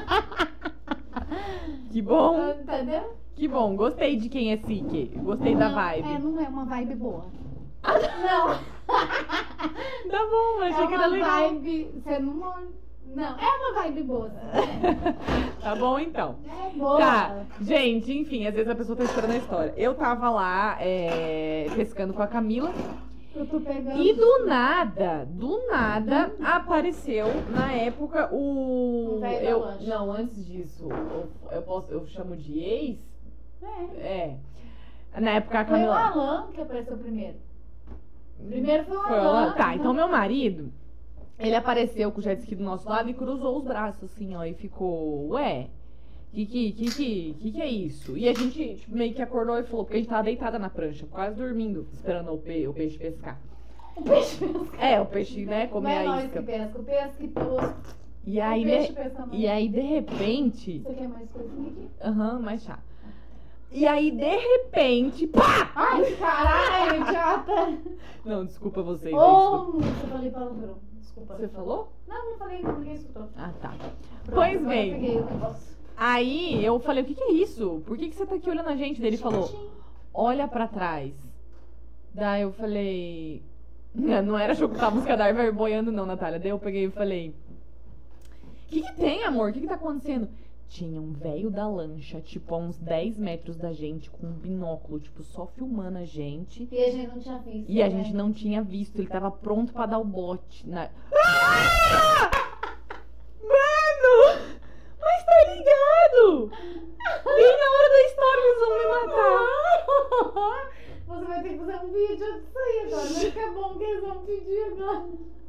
S4: Que bom,
S2: Entendeu?
S4: que bom. Gostei de quem é S I C. Gostei da
S2: Não,
S4: vibe.
S2: É, não é uma vibe boa. Não.
S4: Tá bom, achei
S2: É
S4: que era
S2: uma
S4: legal.
S2: vibe. Você não. Não, é uma vibe boa.
S4: Tá bom, então.
S2: É boa.
S4: Tá, gente, enfim, às vezes a pessoa tá esperando a história. Eu tava lá é, pescando com a Camila
S2: Eu tô pegando.
S4: e do nada, do nada, apareceu na época o.
S2: Um velho da
S4: Eu,
S2: lancha.
S4: não, antes disso, eu, eu, posso, eu chamo de ex?
S2: É.
S4: É. Na época a
S2: Foi o
S4: Camila.
S2: Alan que apareceu primeiro. Primeiro foi o
S4: Foi o
S2: Alan.
S4: Alan? Tá, então meu marido, ele apareceu com o jet ski do nosso lado e cruzou os braços assim, ó, e ficou, ué, que que, que que, que que é isso? E a gente tipo, meio que acordou e falou, porque a gente tava deitada na prancha, quase dormindo, esperando o, pe o peixe pescar.
S2: O peixe pesca.
S4: É, o peixe, né,
S2: Não
S4: comer
S2: é
S4: a
S2: nós
S4: isca.
S2: que pesca, o pesca e tosco.
S4: E aí,
S2: o peixe
S4: de,
S2: pesca mais.
S4: e aí, de repente,
S2: Você quer mais coisinha aqui?
S4: aham, mais chá. E aí, de repente, pá!
S2: Ai, caralho, idiota!
S4: Não, desculpa vocês. aí,
S2: Ô, eu falei palavrão. Desculpa.
S4: Você falou?
S2: Não, não falei, ninguém escutou.
S4: Ah, tá.
S2: Pronto,
S4: Pois
S2: agora
S4: bem.
S2: eu peguei o negócio.
S4: Aí eu falei, o que que é isso? Por que que você tá aqui olhando a gente? Daí ele falou, olha pra trás. Daí eu falei... Não era escutar a música da árvore boiando não, Natália. Daí eu peguei e falei... O que que tem, amor? O que que tá acontecendo? Tinha um velho da lancha, tipo, a uns dez metros da gente, com um binóculo, tipo, só filmando a gente.
S2: E a gente não tinha visto.
S4: E a
S2: né?
S4: gente não tinha visto, ele tava pronto pra dar o bote. Na... Ah! Mano! Mas tá ligado? Bem na hora da história eles vão me matar.
S2: Você vai ter que fazer um vídeo disso aí agora. Vai ficar bom que eles vão pedir agora.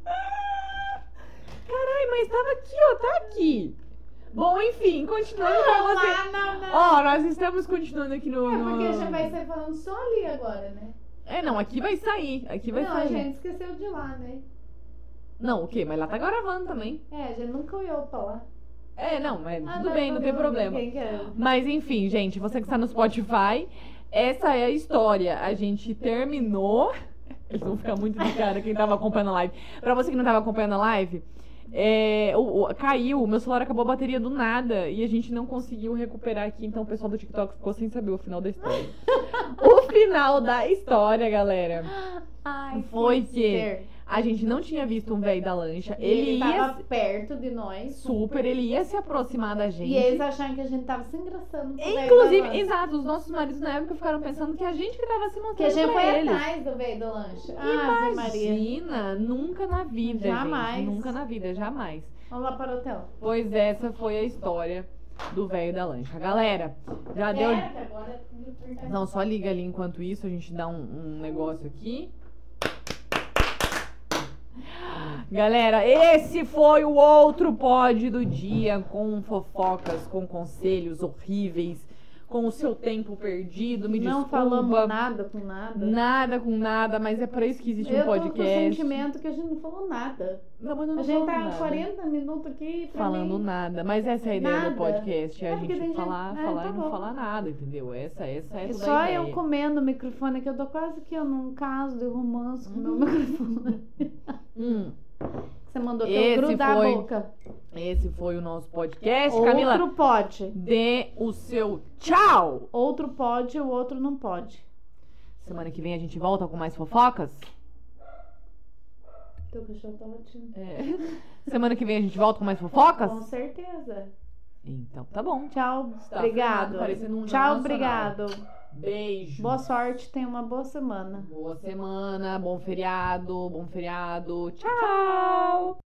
S4: Caralho, mas tava aqui, ó, tá aqui. Bom, enfim, continuando pra você.
S2: Não, não, não.
S4: Ó, nós estamos continuando aqui no...
S2: É porque
S4: no...
S2: já vai sair falando só ali agora, né?
S4: É, não, aqui vai sair, aqui vai
S2: não,
S4: sair.
S2: a gente esqueceu de lá, né?
S4: Não, o quê? Mas lá tá gravando também.
S2: É, a gente nunca olhou pra lá.
S4: É, não, mas
S2: Ah,
S4: tudo bem, não tem problema.
S2: Quem quer?
S4: Mas enfim, gente, você que está no Spotify, essa é a história. A gente terminou. Eles vão ficar muito de cara quem tava acompanhando a live. Pra você que não tava acompanhando a live, é, o, o- caiu, o meu celular acabou a bateria do nada e a gente não conseguiu recuperar aqui, então o pessoal do TikTok ficou sem saber o final da história. O final da história, galera,
S2: Ai,
S4: foi que
S2: ser.
S4: a gente não tinha visto um velho da lancha.
S2: E
S4: Ele,
S2: ele
S4: ia
S2: tava perto de nós.
S4: super, ele ia se aproximar da gente.
S2: E eles acharam que a gente tava se engraçando com o velho da
S4: Inclusive,
S2: lancha.
S4: exato, os nossos maridos na época ficaram pensando que a gente que tava se mostrando
S2: Que a gente
S4: pra
S2: foi
S4: eles.
S2: atrás do velho da lancha. Ah, Maria.
S4: Imagina, nunca na vida,
S2: Jamais.
S4: gente. Nunca na vida, jamais.
S2: Vamos lá para o hotel.
S4: Pois essa foi a história do velho da lancha. Galera, já deu...
S2: Espera, que agora tem que
S4: Não, só liga ali enquanto isso, a gente dá um, um negócio aqui. Galera, esse foi o outro pod do dia, com fofocas, com conselhos horríveis, com o seu tempo perdido, me
S2: Não
S4: desculpa.
S2: falamos nada com nada.
S4: Nada com nada, mas é pra isso que existe
S2: Eu
S4: um podcast.
S2: tô com o sentimento que a gente não falou nada.
S4: Não, mas não
S2: A gente
S4: falamos
S2: tá
S4: nada.
S2: quarenta minutos aqui pra
S4: Falando
S2: mim.
S4: nada, mas essa é a ideia
S2: Nada.
S4: do podcast, é a
S2: É porque
S4: gente
S2: tem
S4: falar,
S2: gente- é,
S4: falar
S2: tá
S4: e não
S2: bom.
S4: falar nada, entendeu? Essa, essa é
S2: É
S4: toda
S2: só
S4: a
S2: eu
S4: ideia.
S2: comendo o microfone, que eu tô quase que eu num caso de romance com o meu
S4: Uhum.
S2: microfone.
S4: Hum,
S2: Você mandou que
S4: Esse
S2: eu grudar
S4: foi-
S2: a boca.
S4: esse foi o nosso podcast.
S2: Outro
S4: Camila,
S2: pode.
S4: dê o seu tchau!
S2: Outro pode, o outro não pode.
S4: Semana que vem a gente volta com mais fofocas?
S2: Teu cachorro tá latindo.
S4: É. Semana que vem a gente volta com mais fofocas?
S2: Com certeza.
S4: Então tá bom.
S2: Tchau,
S4: Tá
S2: obrigado.
S4: afinado, parecendo um
S2: Tchau,
S4: Jornal
S2: obrigado.
S4: Beijo.
S2: Boa sorte, tenha uma boa semana.
S4: Boa semana, bom feriado, bom feriado. Tchau!